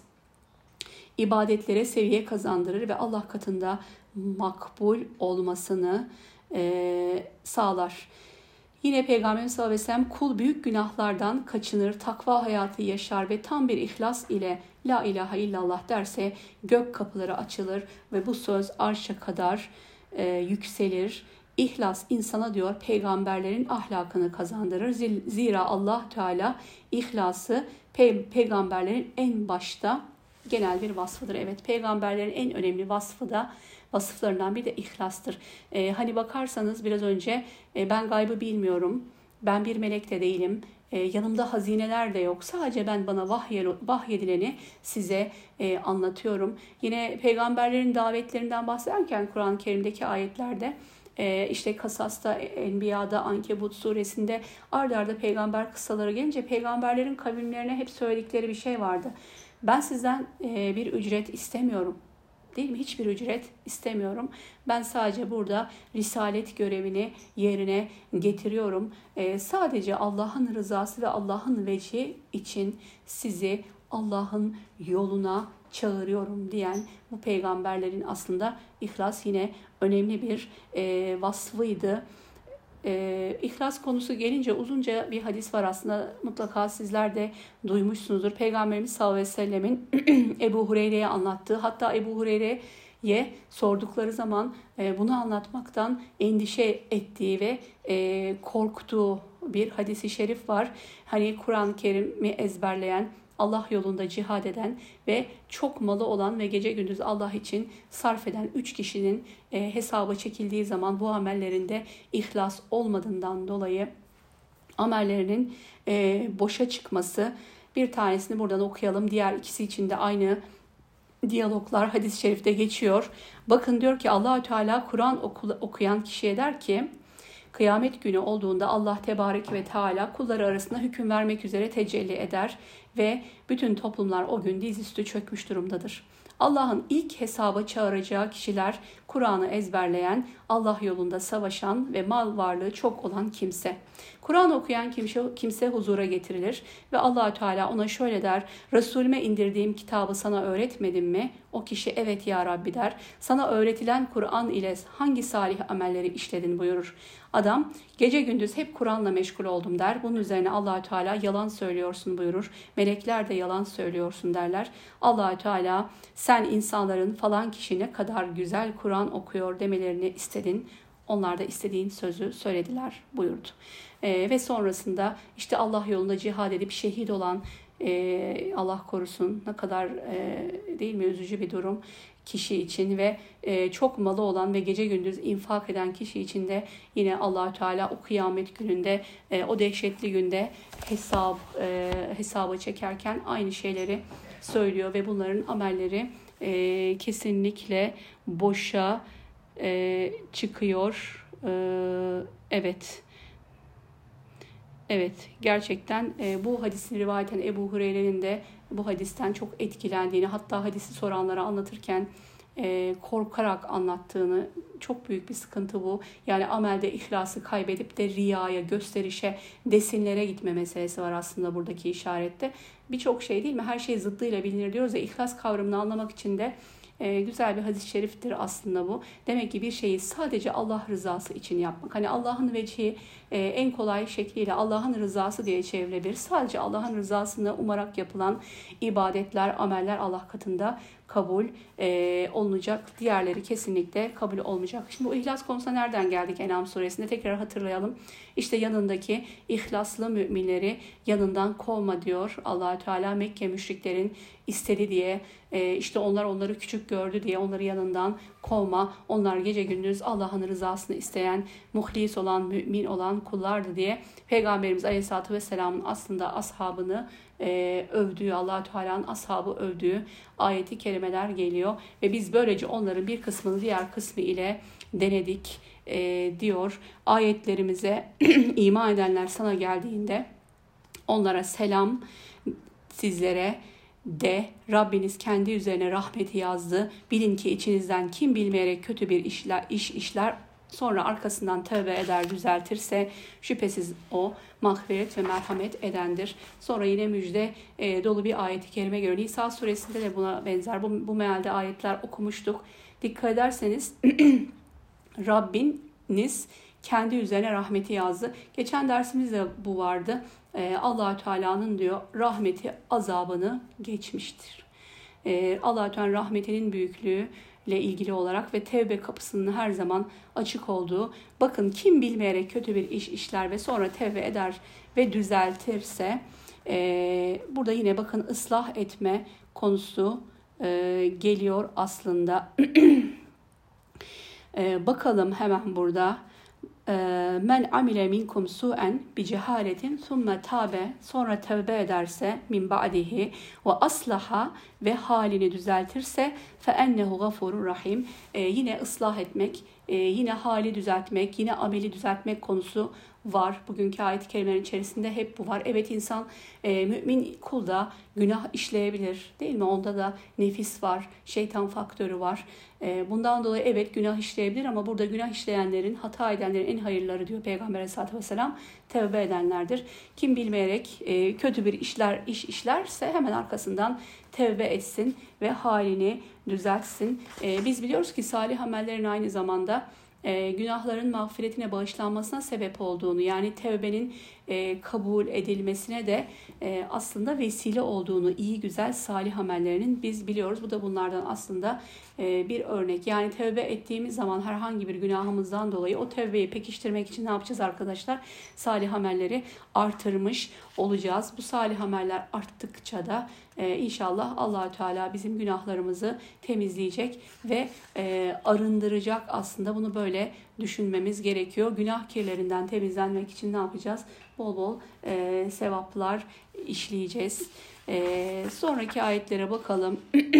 Speaker 1: ibadetlere seviye kazandırır ve Allah katında makbul olmasını e, sağlar. Yine Peygamberimiz sallallahu aleyhi ve sellem kul büyük günahlardan kaçınır, takva hayatı yaşar ve tam bir ihlas ile la ilahe illallah derse gök kapıları açılır ve bu söz arşa kadar e, yükselir. İhlas insana diyor peygamberlerin ahlakını kazandırır. Zira Allah Teala ihlası pe- peygamberlerin en başta genel bir vasfıdır. Evet, peygamberlerin en önemli vasfı da vasıflarından biri de ihlastır. Ee, hani bakarsanız biraz önce e, ben gaybı bilmiyorum, ben bir melek de değilim, e, yanımda hazineler de yok. Sadece ben bana vahyedileni size e, anlatıyorum. Yine peygamberlerin davetlerinden bahsederken Kur'an-ı Kerim'deki ayetlerde Ee, işte Kasas'ta, Enbiya'da, Ankebut suresinde ard arda peygamber kıssaları gelince peygamberlerin kavimlerine hep söyledikleri bir şey vardı. Ben sizden e, bir ücret istemiyorum. Değil mi? Hiçbir ücret istemiyorum. Ben sadece burada risalet görevini yerine getiriyorum. E, sadece Allah'ın rızası ve Allah'ın vecihi için sizi Allah'ın yoluna çağırıyorum diyen bu peygamberlerin aslında ihlas yine önemli bir e, vasfıydı. E, ihlas konusu gelince uzunca bir hadis var aslında, mutlaka sizler de duymuşsunuzdur. Peygamberimiz sallallahu aleyhi ve sellemin Ebu Hureyre'ye anlattığı, hatta Ebu Hureyre'ye sordukları zaman e, bunu anlatmaktan endişe ettiği ve e, korktuğu bir hadisi şerif var. Hani Kur'an-ı Kerim'i ezberleyen, Allah yolunda cihad eden ve çok malı olan ve gece gündüz Allah için sarf eden üç kişinin e, hesaba çekildiği zaman bu amellerinde ihlas olmadığından dolayı amellerinin e, boşa çıkması. Bir tanesini buradan okuyalım. Diğer ikisi için de aynı diyaloglar hadis-i şerifte geçiyor. Bakın diyor ki Allah-u Teala Kur'an oku, okuyan kişiye der ki, kıyamet günü olduğunda Allah Tebarek ve Teala kulları arasında hüküm vermek üzere tecelli eder ve bütün toplumlar o gün dizüstü çökmüş durumdadır. Allah'ın ilk hesaba çağıracağı kişiler Kur'an'ı ezberleyen, Allah yolunda savaşan ve mal varlığı çok olan kimse. Kur'an okuyan kimse, kimse huzura getirilir ve Allah Teala ona şöyle der: Resulüme indirdiğim kitabı sana öğretmedim mi? O kişi evet ya Rabbi der. Sana öğretilen Kur'an ile hangi salih amelleri işledin buyurur. Adam gece gündüz hep Kur'an'la meşgul oldum der. Bunun üzerine Allah Teala yalan söylüyorsun buyurur. Melekler de yalan söylüyorsun derler. Allah Teala sen insanların falan kişi ne kadar güzel Kur'an okuyor demelerini istedin. Onlar da istediğin sözü söylediler buyurdu. Ee, ve sonrasında işte Allah yolunda cihad edip şehit olan, e, Allah korusun, ne kadar e, değil mi üzücü bir durum kişi için ve e, çok malı olan ve gece gündüz infak eden kişi için de yine Allah Teala o kıyamet gününde, e, o dehşetli günde hesap e, hesaba çekerken aynı şeyleri söylüyor ve bunların amelleri e, kesinlikle boşa e, çıkıyor. E, evet. Evet, gerçekten e, bu hadisi rivayeten Ebu Hureyre'nin de bu hadisten çok etkilendiğini, hatta hadisi soranlara anlatırken e, korkarak anlattığını, çok büyük bir sıkıntı bu. Yani amelde ihlası kaybedip de riyaya, gösterişe, desinlere gitme meselesi var aslında buradaki işarette. Birçok şey değil mi? Her şey zıddıyla bilinir diyoruz ya, ihlas kavramını anlamak için de E, güzel bir hadis-i şeriftir aslında bu. Demek ki bir şeyi sadece Allah rızası için yapmak. Hani Allah'ın vecihi e, en kolay şekliyle Allah'ın rızası diye çevrilebilir. Sadece Allah'ın rızasını umarak yapılan ibadetler, ameller Allah katında kabul e, olunacak. Diğerleri kesinlikle kabul olmayacak. Şimdi bu ihlas konusuna nereden geldik En'am suresinde? Tekrar hatırlayalım. İşte yanındaki ihlaslı müminleri yanından kovma diyor Allah Teala. Mekke müşriklerin istedi diye, e, işte onlar onları küçük gördü diye onları yanından kovma. Onlar gece gündüz Allah'ın rızasını isteyen, muhlis olan, mümin olan kullardı diye Peygamberimiz Aleyhisselatü Vesselam'ın aslında ashabını e, övdüğü, Allah Teala'nın ashabı övdüğü ayeti kerimeler geliyor ve biz böylece onların bir kısmını diğer kısmı ile denedik e, diyor. Ayetlerimize iman edenler sana geldiğinde onlara selam, sizlere de Rabbiniz kendi üzerine rahmeti yazdı. Bilin ki içinizden kim bilmeyerek kötü bir işler, iş işler sonra arkasından tövbe eder, düzeltirse şüphesiz o mağfiret ve merhamet edendir. Sonra yine müjde e, dolu bir ayet-i kerime görüyor. Nisa suresinde de buna benzer bu, bu mealde ayetler okumuştuk. Dikkat ederseniz Rabbiniz kendi üzerine rahmeti yazdı. Geçen dersimizde bu vardı. Ee, Allah-u Teala'nın diyor rahmeti azabını geçmiştir. Ee, Allah-u Teala'nın rahmetinin büyüklüğü ile ilgili olarak ve tevbe kapısının her zaman açık olduğu. Bakın kim bilmeyerek kötü bir iş işler ve sonra tevbe eder ve düzeltirse e, burada yine bakın ıslah etme konusu e, geliyor aslında. e, bakalım hemen burada. Men amile minkum su'en bi cehaletin thumme tabe, sonra tövbe ederse min ba'dihi ve aslaha ve halini düzeltirse fe ennehu gafurur rahim. Ee, yine ıslah etmek, e, yine hali düzeltmek, yine ameli düzeltmek konusu var. Bugünkü ayet-i kerimelerin içerisinde hep bu var. Evet, insan e, mümin kul da günah işleyebilir, değil mi? Onda da nefis var, şeytan faktörü var. E, bundan dolayı evet günah işleyebilir ama burada günah işleyenlerin, hata edenlerin en hayırları diyor Peygamber Aleyhisselatü Vesselam tevbe edenlerdir. Kim bilmeyerek e, kötü bir işler iş işlerse hemen arkasından tevbe etsin ve halini düzeltsin. E, biz biliyoruz ki salih amellerin aynı zamanda e, günahların mağfiretine, bağışlanmasına sebep olduğunu, yani tevbenin e, kabul edilmesine de e, aslında vesile olduğunu, iyi güzel salih amellerinin biz biliyoruz. Bu da bunlardan aslında e, bir örnek. Yani tevbe ettiğimiz zaman herhangi bir günahımızdan dolayı o tevbeyi pekiştirmek için ne yapacağız arkadaşlar? Salih amelleri artırmış olacağız. Bu salih ameller arttıkça da e, inşallah Allah-u Teala bizim günahlarımızı temizleyecek ve e, arındıracak aslında. Bunu böyle düşünmemiz gerekiyor. Günah kirlerinden temizlenmek için ne yapacağız? Bol bol e, sevaplar işleyeceğiz. E, sonraki ayetlere bakalım.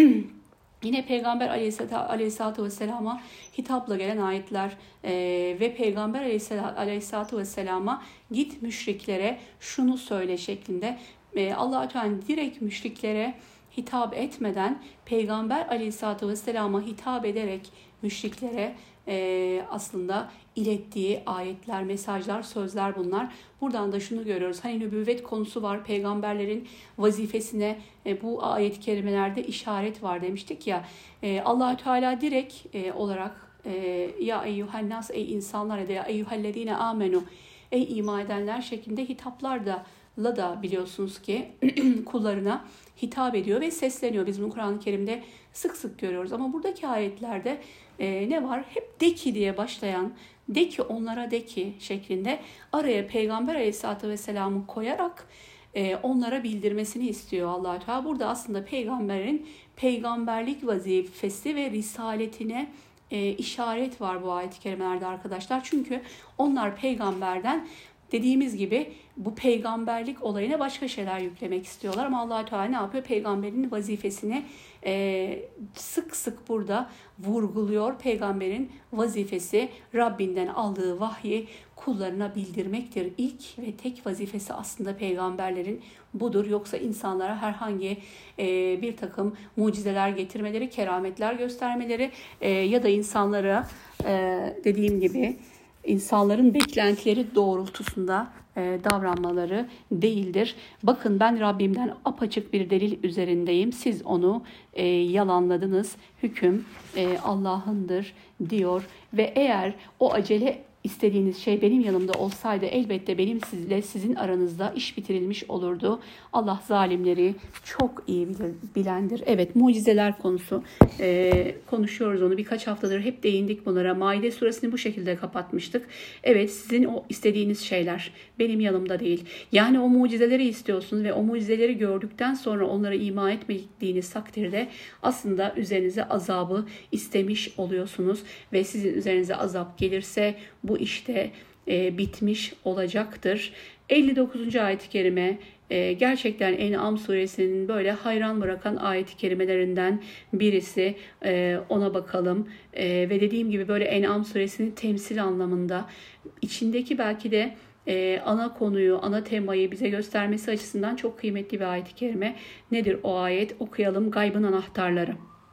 Speaker 1: Yine Peygamber Aleyhisselatü Vesselam'a hitapla gelen ayetler e, ve Peygamber Aleyhisselatü Vesselam'a git müşriklere şunu söyle şeklinde e, Allah-u Teala direkt müşriklere hitap etmeden Peygamber Aleyhisselatü Vesselam'a hitap ederek müşriklere e, aslında ilettiği ayetler, mesajlar, sözler bunlar. Buradan da şunu görüyoruz. Hani nübüvvet konusu var. Peygamberlerin vazifesine e, bu ayet-i kerimelerde işaret var demiştik ya. E, Allah-u Teala direkt e, olarak e, ya eyyuhannas, ey insanlar, ya da ya eyyuhellezine amenu, ey iman edenler şeklinde hitaplarla da biliyorsunuz ki kullarına hitap ediyor ve sesleniyor. Biz bunu Kur'an-ı Kerim'de sık sık görüyoruz. Ama buradaki ayetlerde e, ne var? Hep de ki diye başlayan, de ki onlara de ki şeklinde araya Peygamber Aleyhisselatü Vesselam'ı koyarak e, onlara bildirmesini istiyor Allah-u Teala. Burada aslında peygamberin peygamberlik vazifesi ve risaletine e, işaret var bu ayet-i kerimelerde arkadaşlar. Çünkü onlar peygamberden dediğimiz gibi bu peygamberlik olayına başka şeyler yüklemek istiyorlar. Ama Allah-u Teala ne yapıyor? Peygamberin vazifesini e, sık sık burada vurguluyor. Peygamberin vazifesi Rabbinden aldığı vahyi kullarına bildirmektir. İlk ve tek vazifesi aslında peygamberlerin budur. Yoksa insanlara herhangi e, bir takım mucizeler getirmeleri, kerametler göstermeleri e, ya da insanlara e, dediğim gibi insanların beklentileri doğrultusunda e, davranmaları değildir. Bakın ben Rabbimden apaçık bir delil üzerindeyim. Siz onu e, yalanladınız. Hüküm e, Allah'ındır diyor. Ve eğer o acele istediğiniz şey benim yanımda olsaydı elbette benim sizle sizin aranızda iş bitirilmiş olurdu. Allah zalimleri çok iyi bilir, bilendir. Evet, mucizeler konusu ee, konuşuyoruz onu. Birkaç haftadır hep değindik bunlara. Maide suresini bu şekilde kapatmıştık. Evet, sizin o istediğiniz şeyler benim yanımda değil. Yani o mucizeleri istiyorsunuz ve o mucizeleri gördükten sonra onlara iman etmediğiniz takdirde aslında üzerinize azabı istemiş oluyorsunuz. Ve sizin üzerinize azap gelirse bu işte e, bitmiş olacaktır. elli dokuzuncu ayet-i kerime e, gerçekten En'am suresinin böyle hayran bırakan ayet-i kerimelerinden birisi. E, ona bakalım. E, ve dediğim gibi böyle En'am suresinin temsil anlamında içindeki belki de e, ana konuyu, ana temayı bize göstermesi açısından çok kıymetli bir ayet-i kerime. Nedir o ayet? Okuyalım. Gaybın anahtarları.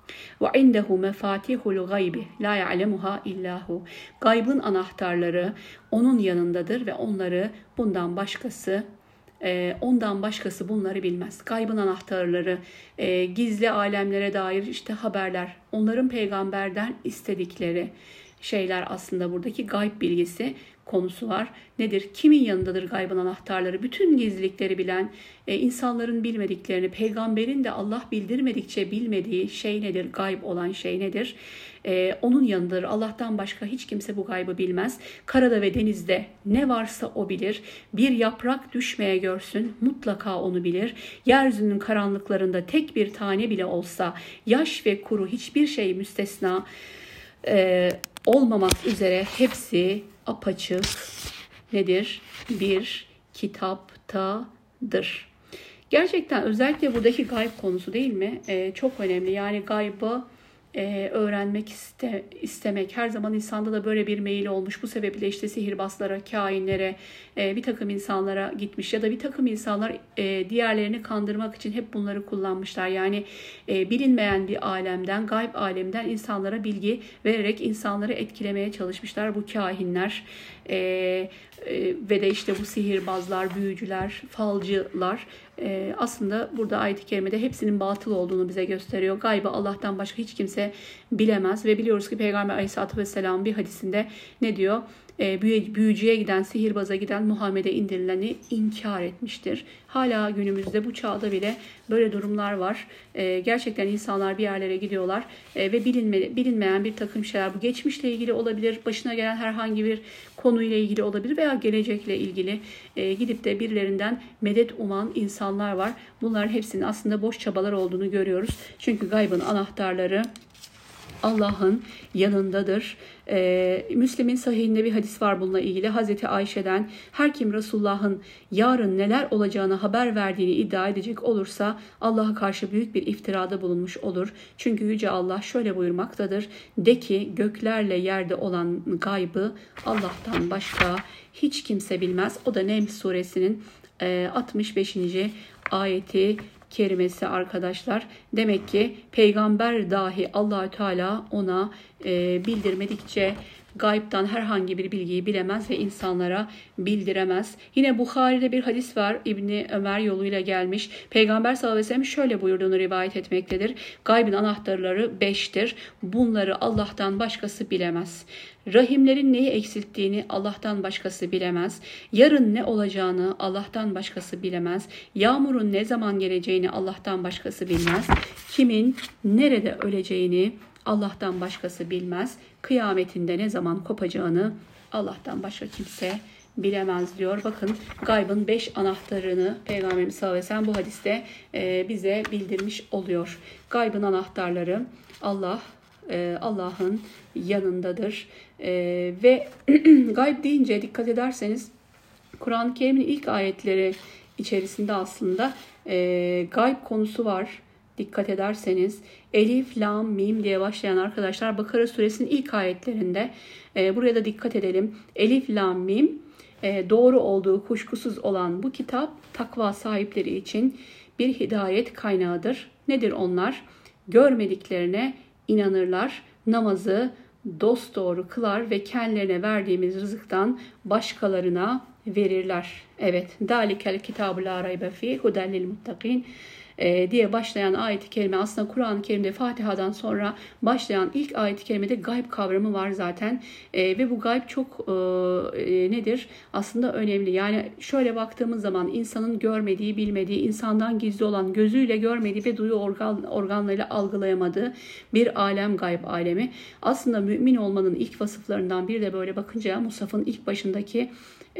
Speaker 1: Ve indehu mefatihul gaybi la ya'lemuha illahu. Gaybın anahtarları onun yanındadır ve onları bundan başkası ondan başkası bunları bilmez. Gaybın anahtarları, gizli alemlere dair işte haberler, onların peygamberden istedikleri şeyler aslında buradaki gayb bilgisi konusu var. Nedir? Kimin yanındadır gaybın anahtarları? Bütün gizlilikleri bilen, e, insanların bilmediklerini, peygamberin de Allah bildirmedikçe bilmediği şey nedir? Gayb olan şey nedir? E, onun yanındadır. Allah'tan başka hiç kimse bu gaybı bilmez. Karada ve denizde ne varsa o bilir. Bir yaprak düşmeye görsün, mutlaka onu bilir. Yeryüzünün karanlıklarında tek bir tane bile olsa, yaş ve kuru hiçbir şey müstesna e, olmamak üzere hepsi apaçık nedir? Bir kitaptadır. Gerçekten özellikle buradaki gayb konusu değil mi? Ee, çok önemli. Yani gaybı e, öğrenmek iste, istemek. Her zaman insanda da böyle bir meyil olmuş. Bu sebeple işte sihirbazlara, kainlere, e, bir takım insanlara gitmiş. Ya da bir takım insanlar e, diğerlerini kandırmak için hep bunları kullanmışlar. Yani e, bilinmeyen bir alemden, gayb aleminden insanlara bilgi vererek insanları etkilemeye çalışmışlar. Bu kahinler e, e, ve de işte bu sihirbazlar, büyücüler, falcılar. Ee, aslında burada ayet-i kerimede hepsinin batıl olduğunu bize gösteriyor. Gaybı Allah'tan başka hiç kimse bilemez ve biliyoruz ki Peygamber Aleyhisselatü Vesselam bir hadisinde ne diyor? Ee, büyücüye giden, sihirbaza giden Muhammed'e indirileni inkar etmiştir. Hala günümüzde bu çağda bile böyle durumlar var. Ee, gerçekten insanlar bir yerlere gidiyorlar ee, ve bilinme, bilinmeyen bir takım şeyler. Bu geçmişle ilgili olabilir, başına gelen herhangi bir konuyla ilgili olabilir veya gelecekle ilgili e, gidip de birilerinden medet uman insanlar var. Bunların hepsinin aslında boş çabalar olduğunu görüyoruz. Çünkü gaybın anahtarları Allah'ın yanındadır. Ee, Müslim'in sahihinde bir hadis var bununla ilgili. Hazreti Ayşe'den her kim Resulullah'ın yarın neler olacağını haber verdiğini iddia edecek olursa Allah'a karşı büyük bir iftirada bulunmuş olur. Çünkü Yüce Allah şöyle buyurmaktadır. De ki göklerle yerde olan gaybı Allah'tan başka hiç kimse bilmez. O da Neml suresinin altmış beşinci ayeti kerimesi arkadaşlar. Demek ki peygamber dahi Allahü Teala ona e, bildirmedikçe gaybtan herhangi bir bilgiyi bilemez ve insanlara bildiremez. Yine Bukhari'de bir hadis var. İbni Ömer yoluyla gelmiş. Peygamber sallallahu aleyhi ve sellem şöyle buyurduğunu rivayet etmektedir. Gaybın anahtarları beştir. Bunları Allah'tan başkası bilemez. Rahimlerin neyi eksilttiğini Allah'tan başkası bilemez. Yarın ne olacağını Allah'tan başkası bilemez. Yağmurun ne zaman geleceğini Allah'tan başkası bilmez. Kimin nerede öleceğini Allah'tan başkası bilmez. Kıyametinde ne zaman kopacağını Allah'tan başka kimse bilemez diyor. Bakın gaybın beş anahtarını Peygamberimiz sallallahu aleyhi ve sellem bu hadiste e, bize bildirmiş oluyor. Gaybın anahtarları Allah e, Allah'ın yanındadır. E, ve gayb deyince dikkat ederseniz Kur'an-ı Kerim'in ilk ayetleri içerisinde aslında e, gayb konusu var. Dikkat ederseniz Elif, Lam, Mim diye başlayan arkadaşlar Bakara suresinin ilk ayetlerinde e, buraya da dikkat edelim. Elif, Lam, Mim e, doğru olduğu kuşkusuz olan bu kitap takva sahipleri için bir hidayet kaynağıdır. Nedir onlar? Görmediklerine inanırlar, namazı dosdoğru kılar ve kendilerine verdiğimiz rızıktan başkalarına verirler. Evet, dalikel kitabı la raybe fî huden lil muttakin diye başlayan ayet-i kerime aslında Kur'an-ı Kerim'de Fatiha'dan sonra başlayan ilk ayet-i kerimede gayb kavramı var zaten e, ve bu gayb çok e, nedir? Aslında önemli. Yani şöyle baktığımız zaman insanın görmediği, bilmediği, insandan gizli olan, gözüyle görmediği ve duyu organ, organlarıyla algılayamadığı bir alem gayb alemi. Aslında mümin olmanın ilk vasıflarından biri de böyle bakınca Musaf'ın ilk başındaki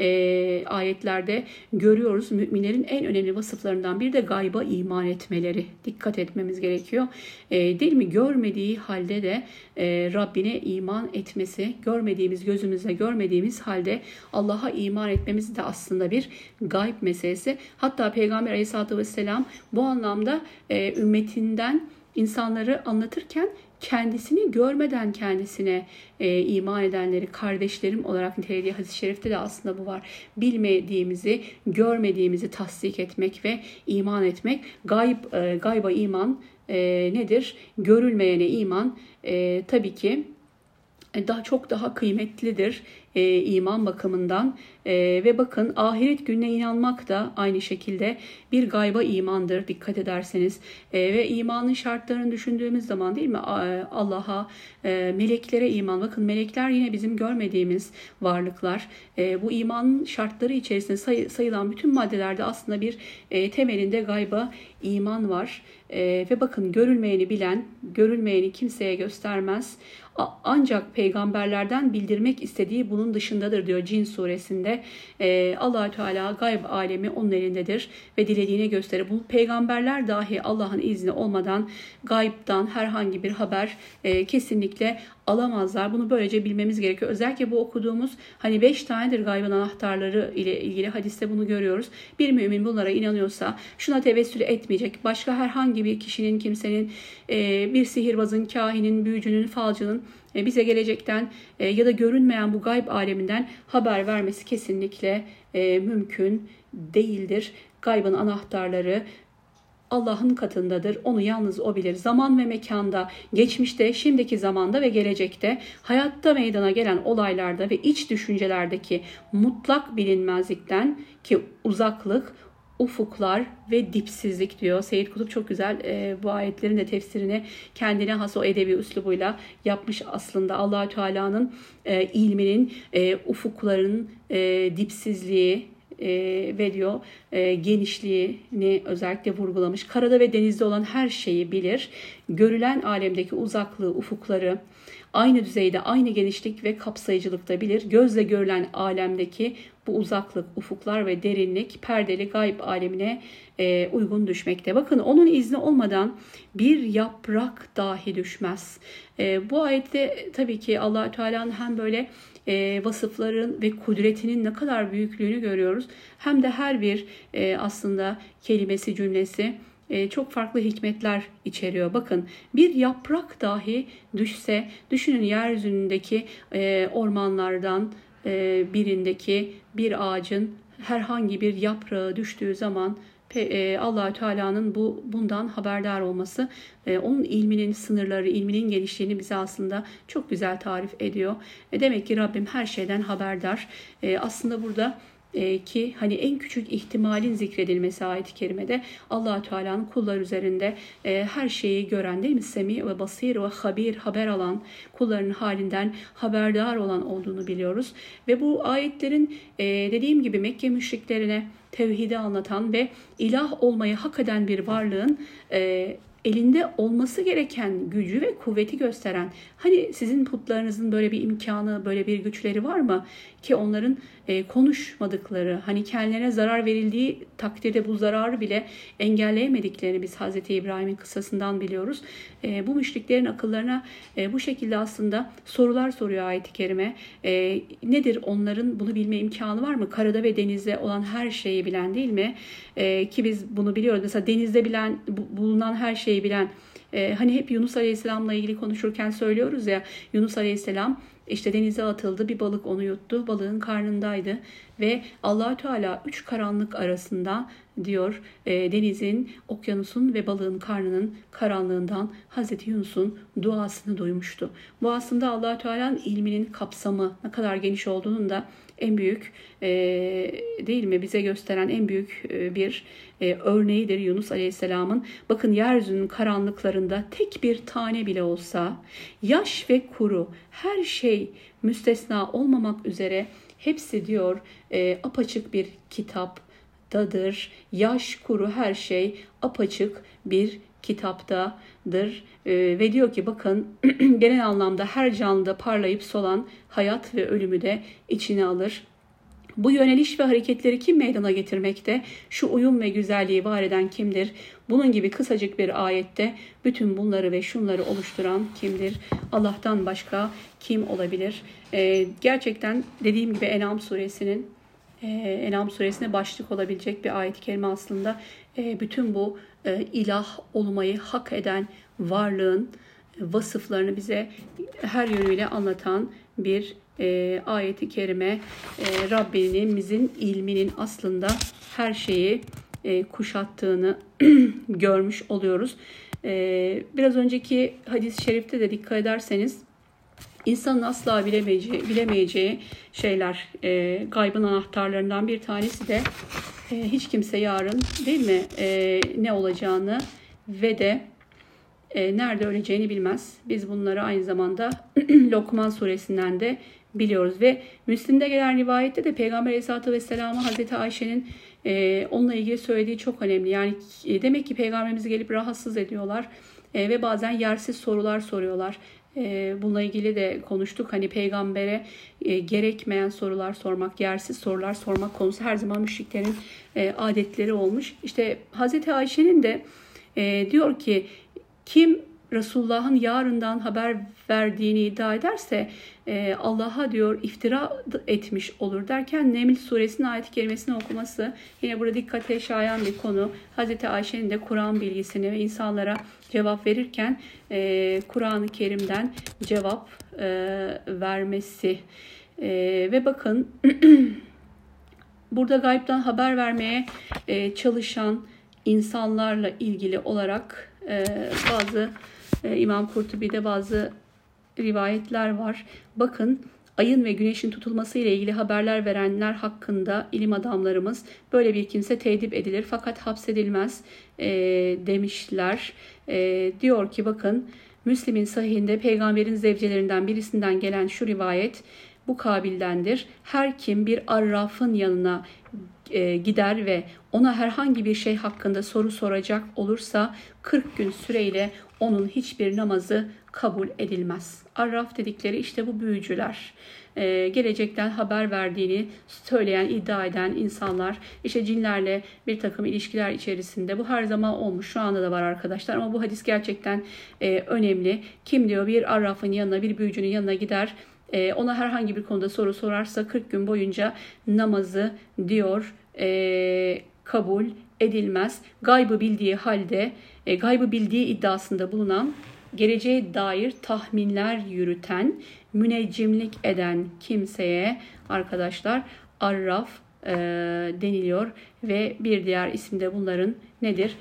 Speaker 1: E, ayetlerde görüyoruz. Müminlerin en önemli vasıflarından biri de gayba iman etmeleri. Dikkat etmemiz gerekiyor. E, değil mi? Görmediği halde de e, Rabbine iman etmesi, görmediğimiz, gözümüzle görmediğimiz halde Allah'a iman etmemiz de aslında bir gayb meselesi. Hatta Peygamber Aleyhisselatü Vesselam bu anlamda e, ümmetinden insanları anlatırken kendisini görmeden kendisine e, iman edenleri kardeşlerim olarak nitelediği hadis-i şerifte de aslında bu var. Bilmediğimizi, görmediğimizi tasdik etmek ve iman etmek. Gayb, e, gayba iman e, nedir? Görülmeyene iman e, tabii ki daha çok daha kıymetlidir e, iman bakımından. E, ve bakın ahiret gününe inanmak da aynı şekilde bir gayba imandır dikkat ederseniz. E, ve imanın şartlarını düşündüğümüz zaman değil mi, Allah'a, e, meleklere iman. Bakın melekler yine bizim görmediğimiz varlıklar. E, bu imanın şartları içerisinde say, sayılan bütün maddelerde aslında bir e, temelinde gayba iman var. E, ve bakın görülmeyeni bilen, görülmeyeni kimseye göstermez. Ancak peygamberlerden bildirmek istediği bunun dışındadır diyor Cin suresinde. Ee, Allah-u Teala gayb alemi onun elindedir ve dilediğine gösterir. Bu peygamberler dahi Allah'ın izni olmadan gaybdan herhangi bir haber e, kesinlikle alamazlar. Bunu böylece bilmemiz gerekiyor. Özellikle bu okuduğumuz hani beş tanedir gaybın anahtarları ile ilgili hadiste bunu görüyoruz. Bir mümin bunlara inanıyorsa şuna tevessül etmeyecek. Başka herhangi bir kişinin, kimsenin, e, bir sihirbazın, kahinin, büyücünün, falcının e, bize gelecekten e, ya da görünmeyen bu gayb aleminden haber vermesi kesinlikle e, mümkün değildir. Gaybın anahtarları Allah'ın katındadır. Onu yalnız O bilir. Zaman ve mekanda, geçmişte, şimdiki zamanda ve gelecekte, hayatta meydana gelen olaylarda ve iç düşüncelerdeki mutlak bilinmezlikten ki uzaklık, ufuklar ve dipsizlik diyor. Seyyid Kutup çok güzel e, bu ayetlerin de tefsirini kendine has o edebi üslubuyla yapmış aslında. Allah-u Teala'nın e, ilminin, e, ufukların e, dipsizliği, E, ve diyor e, genişliğini özellikle vurgulamış. Karada ve denizde olan her şeyi bilir. Görülen alemdeki uzaklığı, ufukları aynı düzeyde, aynı genişlik ve kapsayıcılıkta bilir. Gözle görülen alemdeki bu uzaklık, ufuklar ve derinlik perdeli gayb alemine e, uygun düşmekte. Bakın onun izni olmadan bir yaprak dahi düşmez. E, bu ayette tabii ki Allah-u Teala'nın hem böyle E, vasıfların ve kudretinin ne kadar büyüklüğünü görüyoruz. Hem de her bir e, aslında kelimesi, cümlesi e, çok farklı hikmetler içeriyor. Bakın bir yaprak dahi düşse, düşünün yeryüzündeki e, ormanlardan e, birindeki bir ağacın herhangi bir yaprağı düştüğü zaman Allah-u Teala'nın bu bundan haberdar olması, onun ilminin sınırları, ilminin genişliğini bize aslında çok güzel tarif ediyor. Demek ki Rabbim her şeyden haberdar. Aslında burada ki hani en küçük ihtimalin zikredilmesi ayet-i kerimede Allah-u Teala'nın kullar üzerinde her şeyi gören değil mi? Semi ve basir ve habir, haber alan, kulların halinden haberdar olan olduğunu biliyoruz. Ve bu ayetlerin dediğim gibi Mekke müşriklerine tevhidi anlatan ve ilah olmayı hak eden bir varlığın e, elinde olması gereken gücü ve kuvveti gösteren, hani sizin putlarınızın böyle bir imkanı, böyle bir güçleri var mı ki onların e, konuşmadıkları, hani kendilerine zarar verildiği takdirde bu zararı bile engelleyemediklerini biz Hazreti İbrahim'in kıssasından biliyoruz. E, bu müşriklerin akıllarına e, bu şekilde aslında sorular soruyor ayet-i kerime. E, nedir onların bunu bilme imkanı var mı? Karada ve denizde olan her şeyi bilen değil mi? E, ki biz bunu biliyoruz. Mesela denizde bilen, bulunan her şeyi bilen, e, hani hep Yunus Aleyhisselam'la ilgili konuşurken söylüyoruz ya, Yunus Aleyhisselam işte denize atıldı, bir balık onu yuttu, balığın karnındaydı ve Allah-u Teala üç karanlık arasında diyor e, denizin, okyanusun ve balığın karnının karanlığından Hazreti Yunus'un duasını duymuştu. Bu aslında Allah-u Teala'nın ilminin kapsamı ne kadar geniş olduğunun da en büyük e, değil mi bize gösteren en büyük e, bir e, örneğidir Yunus Aleyhisselam'ın. Bakın yeryüzünün karanlıklarında tek bir tane bile olsa, yaş ve kuru her şey müstesna olmamak üzere hepsi diyor e, apaçık bir kitaptadır. Yaş kuru her şey apaçık bir kitaptadır. E, ve diyor ki bakın genel anlamda her canlıda parlayıp solan hayat ve ölümü de içine alır. Bu yöneliş ve hareketleri kim meydana getirmekte? Şu uyum ve güzelliği var eden kimdir? Bunun gibi kısacık bir ayette bütün bunları ve şunları oluşturan kimdir? Allah'tan başka kim olabilir? Ee, gerçekten dediğim gibi En'am suresinin e, En'am suresine başlık olabilecek bir ayet-i kerime aslında. E, bütün bu e, ilah olmayı hak eden varlığın vasıflarını bize her yönüyle anlatan bir e, ayeti kerime. E, Rabbimizin ilminin aslında her şeyi e, kuşattığını görmüş oluyoruz. E, biraz önceki hadis-i şerifte de dikkat ederseniz İnsanın asla bilemeyeceği, bilemeyeceği şeyler, e, gaybın anahtarlarından bir tanesi de e, hiç kimse yarın değil mi e, ne olacağını ve de e, nerede öleceğini bilmez. Biz bunları aynı zamanda Lokman suresinden de biliyoruz ve Müslim'de gelen rivayette de Peygamber Aleyhisselatü Vesselam'a Hazreti Ayşe'nin e, onunla ilgili söylediği çok önemli. Yani e, demek ki Peygamberimizi gelip rahatsız ediyorlar e, ve bazen yersiz sorular soruyorlar. Bununla ilgili de konuştuk. Hani peygambere gerekmeyen sorular sormak, yersiz sorular sormak konusu her zaman müşriklerin adetleri olmuş. İşte Hazreti Ayşe'nin de diyor ki kim Resulullah'ın yarından haber verdiğini iddia ederse Allah'a diyor iftira etmiş olur derken Neml suresinin ayet-i kerimesini okuması yine burada dikkate şayan bir konu. Hazreti Ayşe'nin de Kur'an bilgisini ve insanlara cevap verirken e, Kur'an-ı Kerim'den cevap e, vermesi e, ve bakın burada gaybden haber vermeye e, çalışan insanlarla ilgili olarak e, bazı e, İmam Kurtubi'de bazı rivayetler var. Bakın ayın ve güneşin tutulması ile ilgili haberler verenler hakkında ilim adamlarımız böyle bir kimse tedip edilir fakat hapsedilmez e, demişler. E, diyor ki bakın Müslim'in sahihinde peygamberin zevcelerinden birisinden gelen şu rivayet bu kabildendir. Her kim bir arrafın yanına e, gider ve ona herhangi bir şey hakkında soru soracak olursa kırk gün süreyle onun hiçbir namazı kabul edilmez. Arraf dedikleri işte bu büyücüler. Ee, gelecekten haber verdiğini söyleyen, iddia eden insanlar, işte cinlerle bir takım ilişkiler içerisinde. Bu her zaman olmuş. Şu anda da var arkadaşlar ama bu hadis gerçekten e, önemli. Kim diyor bir arrafın yanına, bir büyücünün yanına gider, e, ona herhangi bir konuda soru sorarsa kırk gün boyunca namazı diyor e, kabul edilmez. Gaybı bildiği halde, e, gaybı bildiği iddiasında bulunan, geleceğe dair tahminler yürüten, müneccimlik eden kimseye arkadaşlar arraf e, deniliyor ve bir diğer isim de bunların nedir?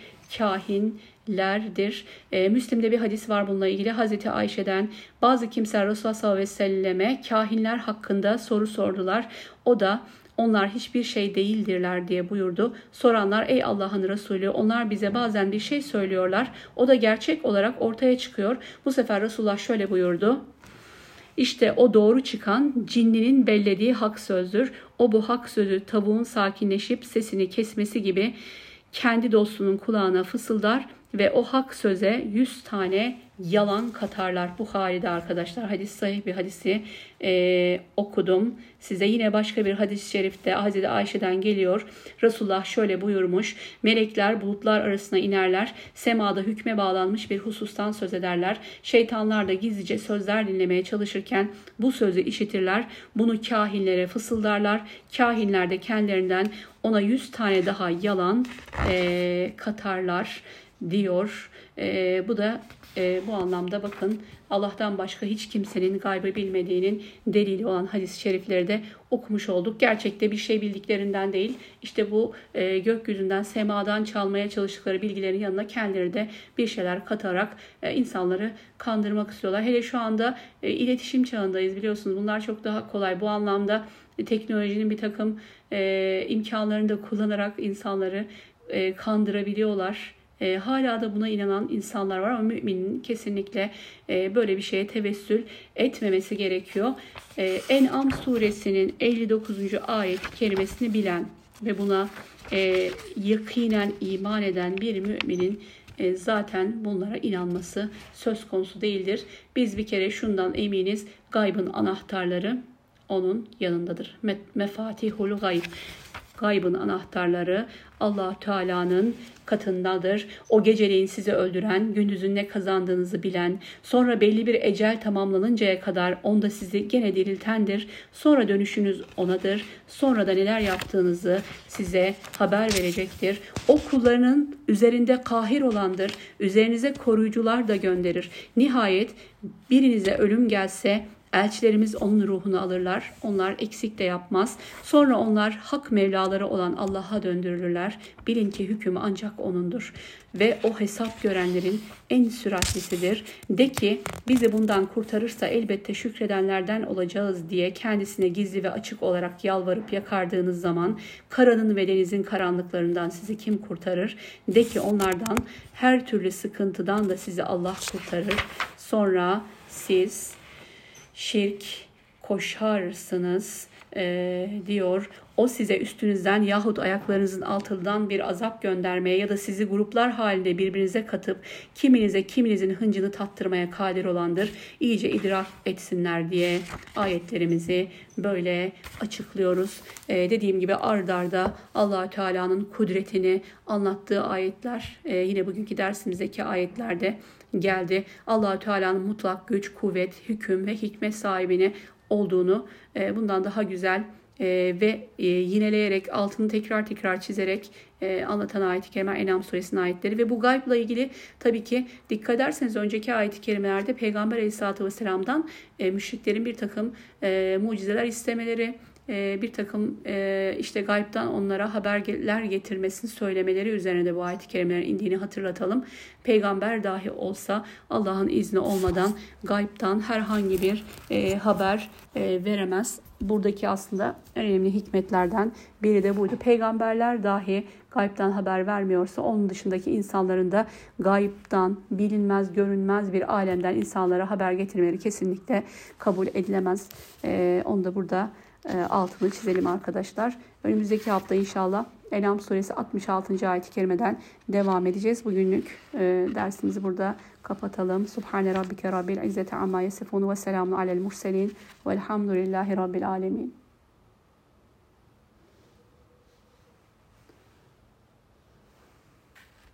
Speaker 1: Kahinlerdir. E, Müslim'de bir hadis var bununla ilgili. Hazreti Ayşe'den bazı kimseler Resulullah sallallahu aleyhi ve selleme kahinler hakkında soru sordular. O da onlar hiçbir şey değildirler diye buyurdu. Soranlar ey Allah'ın Resulü onlar bize bazen bir şey söylüyorlar. O da gerçek olarak ortaya çıkıyor. Bu sefer Resulullah şöyle buyurdu. İşte o doğru çıkan cinlinin bellediği hak sözdür. O bu hak sözü tavuğun sakinleşip sesini kesmesi gibi kendi dostunun kulağına fısıldar ve o hak söze yüz tane yalan katarlar. Buhari'de arkadaşlar hadis sahih bir hadisi e, okudum. Size yine başka bir hadis-i şerifte Hazreti Ayşe'den geliyor. Resulullah şöyle buyurmuş. Melekler bulutlar arasına inerler. Semada hükme bağlanmış bir husustan söz ederler. Şeytanlar da gizlice sözler dinlemeye çalışırken bu sözü işitirler. Bunu kahinlere fısıldarlar. Kahinler de kendilerinden ona yüz tane daha yalan e, katarlar diyor. E, bu da e, bu anlamda bakın Allah'tan başka hiç kimsenin gaybı bilmediğinin delili olan hadis-i şerifleri de okumuş olduk. Gerçekte bir şey bildiklerinden değil, işte bu e, gökyüzünden, semadan çalmaya çalıştıkları bilgilerin yanına kendileri de bir şeyler katarak e, insanları kandırmak istiyorlar. Hele şu anda e, iletişim çağındayız biliyorsunuz. Bunlar çok daha kolay. Bu anlamda e, teknolojinin bir takım e, imkanlarını da kullanarak insanları e, kandırabiliyorlar. E, hala da buna inanan insanlar var ama müminin kesinlikle e, böyle bir şeye tevessül etmemesi gerekiyor. E, En'am suresinin elli dokuzuncu ayet kerimesini bilen ve buna e, yakinen iman eden bir müminin e, zaten bunlara inanması söz konusu değildir. Biz bir kere şundan eminiz, gaybın anahtarları onun yanındadır. Mefatihul gayb. Gaybın anahtarları Allah Teala'nın katındadır. O geceleyin sizi öldüren, gündüzün ne kazandığınızı bilen, sonra belli bir ecel tamamlanıncaya kadar onda sizi gene diriltendir. Sonra dönüşünüz onadır. Sonra da neler yaptığınızı size haber verecektir. O kullarının üzerinde kahir olandır. Üzerinize koruyucular da gönderir. Nihayet birinize ölüm gelse elçilerimiz onun ruhunu alırlar. Onlar eksik de yapmaz. Sonra onlar hak Mevlaları olan Allah'a döndürülürler. Bilin ki hüküm ancak O'nundur. Ve o hesap görenlerin en süratlisidir. De ki bizi bundan kurtarırsa elbette şükredenlerden olacağız diye kendisine gizli ve açık olarak yalvarıp yakardığınız zaman karanın ve denizin karanlıklarından sizi kim kurtarır? De ki onlardan her türlü sıkıntıdan da sizi Allah kurtarır. Sonra siz şirk koşarsınız e, diyor. O size üstünüzden yahut ayaklarınızın altından bir azap göndermeye ya da sizi gruplar halinde birbirinize katıp kiminize kiminizin hıncını tattırmaya kadir olandır. İyice idrak etsinler diye ayetlerimizi böyle açıklıyoruz. Ee, dediğim gibi ard arda Allah-u Teala'nın kudretini anlattığı ayetler e, yine bugünkü dersimizdeki ayetlerde geldi. Allah-u Teala'nın mutlak güç, kuvvet, hüküm ve hikmet sahibini olduğunu e, bundan daha güzel Ee, ve e, yineleyerek, altını tekrar tekrar çizerek e, anlatan ayet-i kerime En'am suresinin ayetleri ve bu gaybla ilgili tabii ki dikkat ederseniz önceki ayet-i kerimelerde Peygamber Aleyhisselatü Vesselam'dan e, müşriklerin bir takım e, mucizeler istemeleri, e, bir takım e, işte gaybtan onlara haberler getirmesini söylemeleri üzerine de bu ayet-i kerimelerin indiğini hatırlatalım. Peygamber dahi olsa Allah'ın izni olmadan gaybtan herhangi bir e, haber e, veremez. Buradaki aslında en önemli hikmetlerden biri de buydu. Peygamberler dahi gaybtan haber vermiyorsa onun dışındaki insanların da gaybtan, bilinmez, görünmez bir alemden insanlara haber getirmeleri kesinlikle kabul edilemez. Ee, onu da burada e, altını çizelim arkadaşlar. Önümüzdeki hafta inşallah En'am suresi altmış altıncı ayet-i kerimeden devam edeceğiz. Bugünlük e, dersimizi burada kapatalım. Subhane rabbike rabbil izzeti amma yasifun ve selamun alel murselin velhamdülillahi rabbil alemin.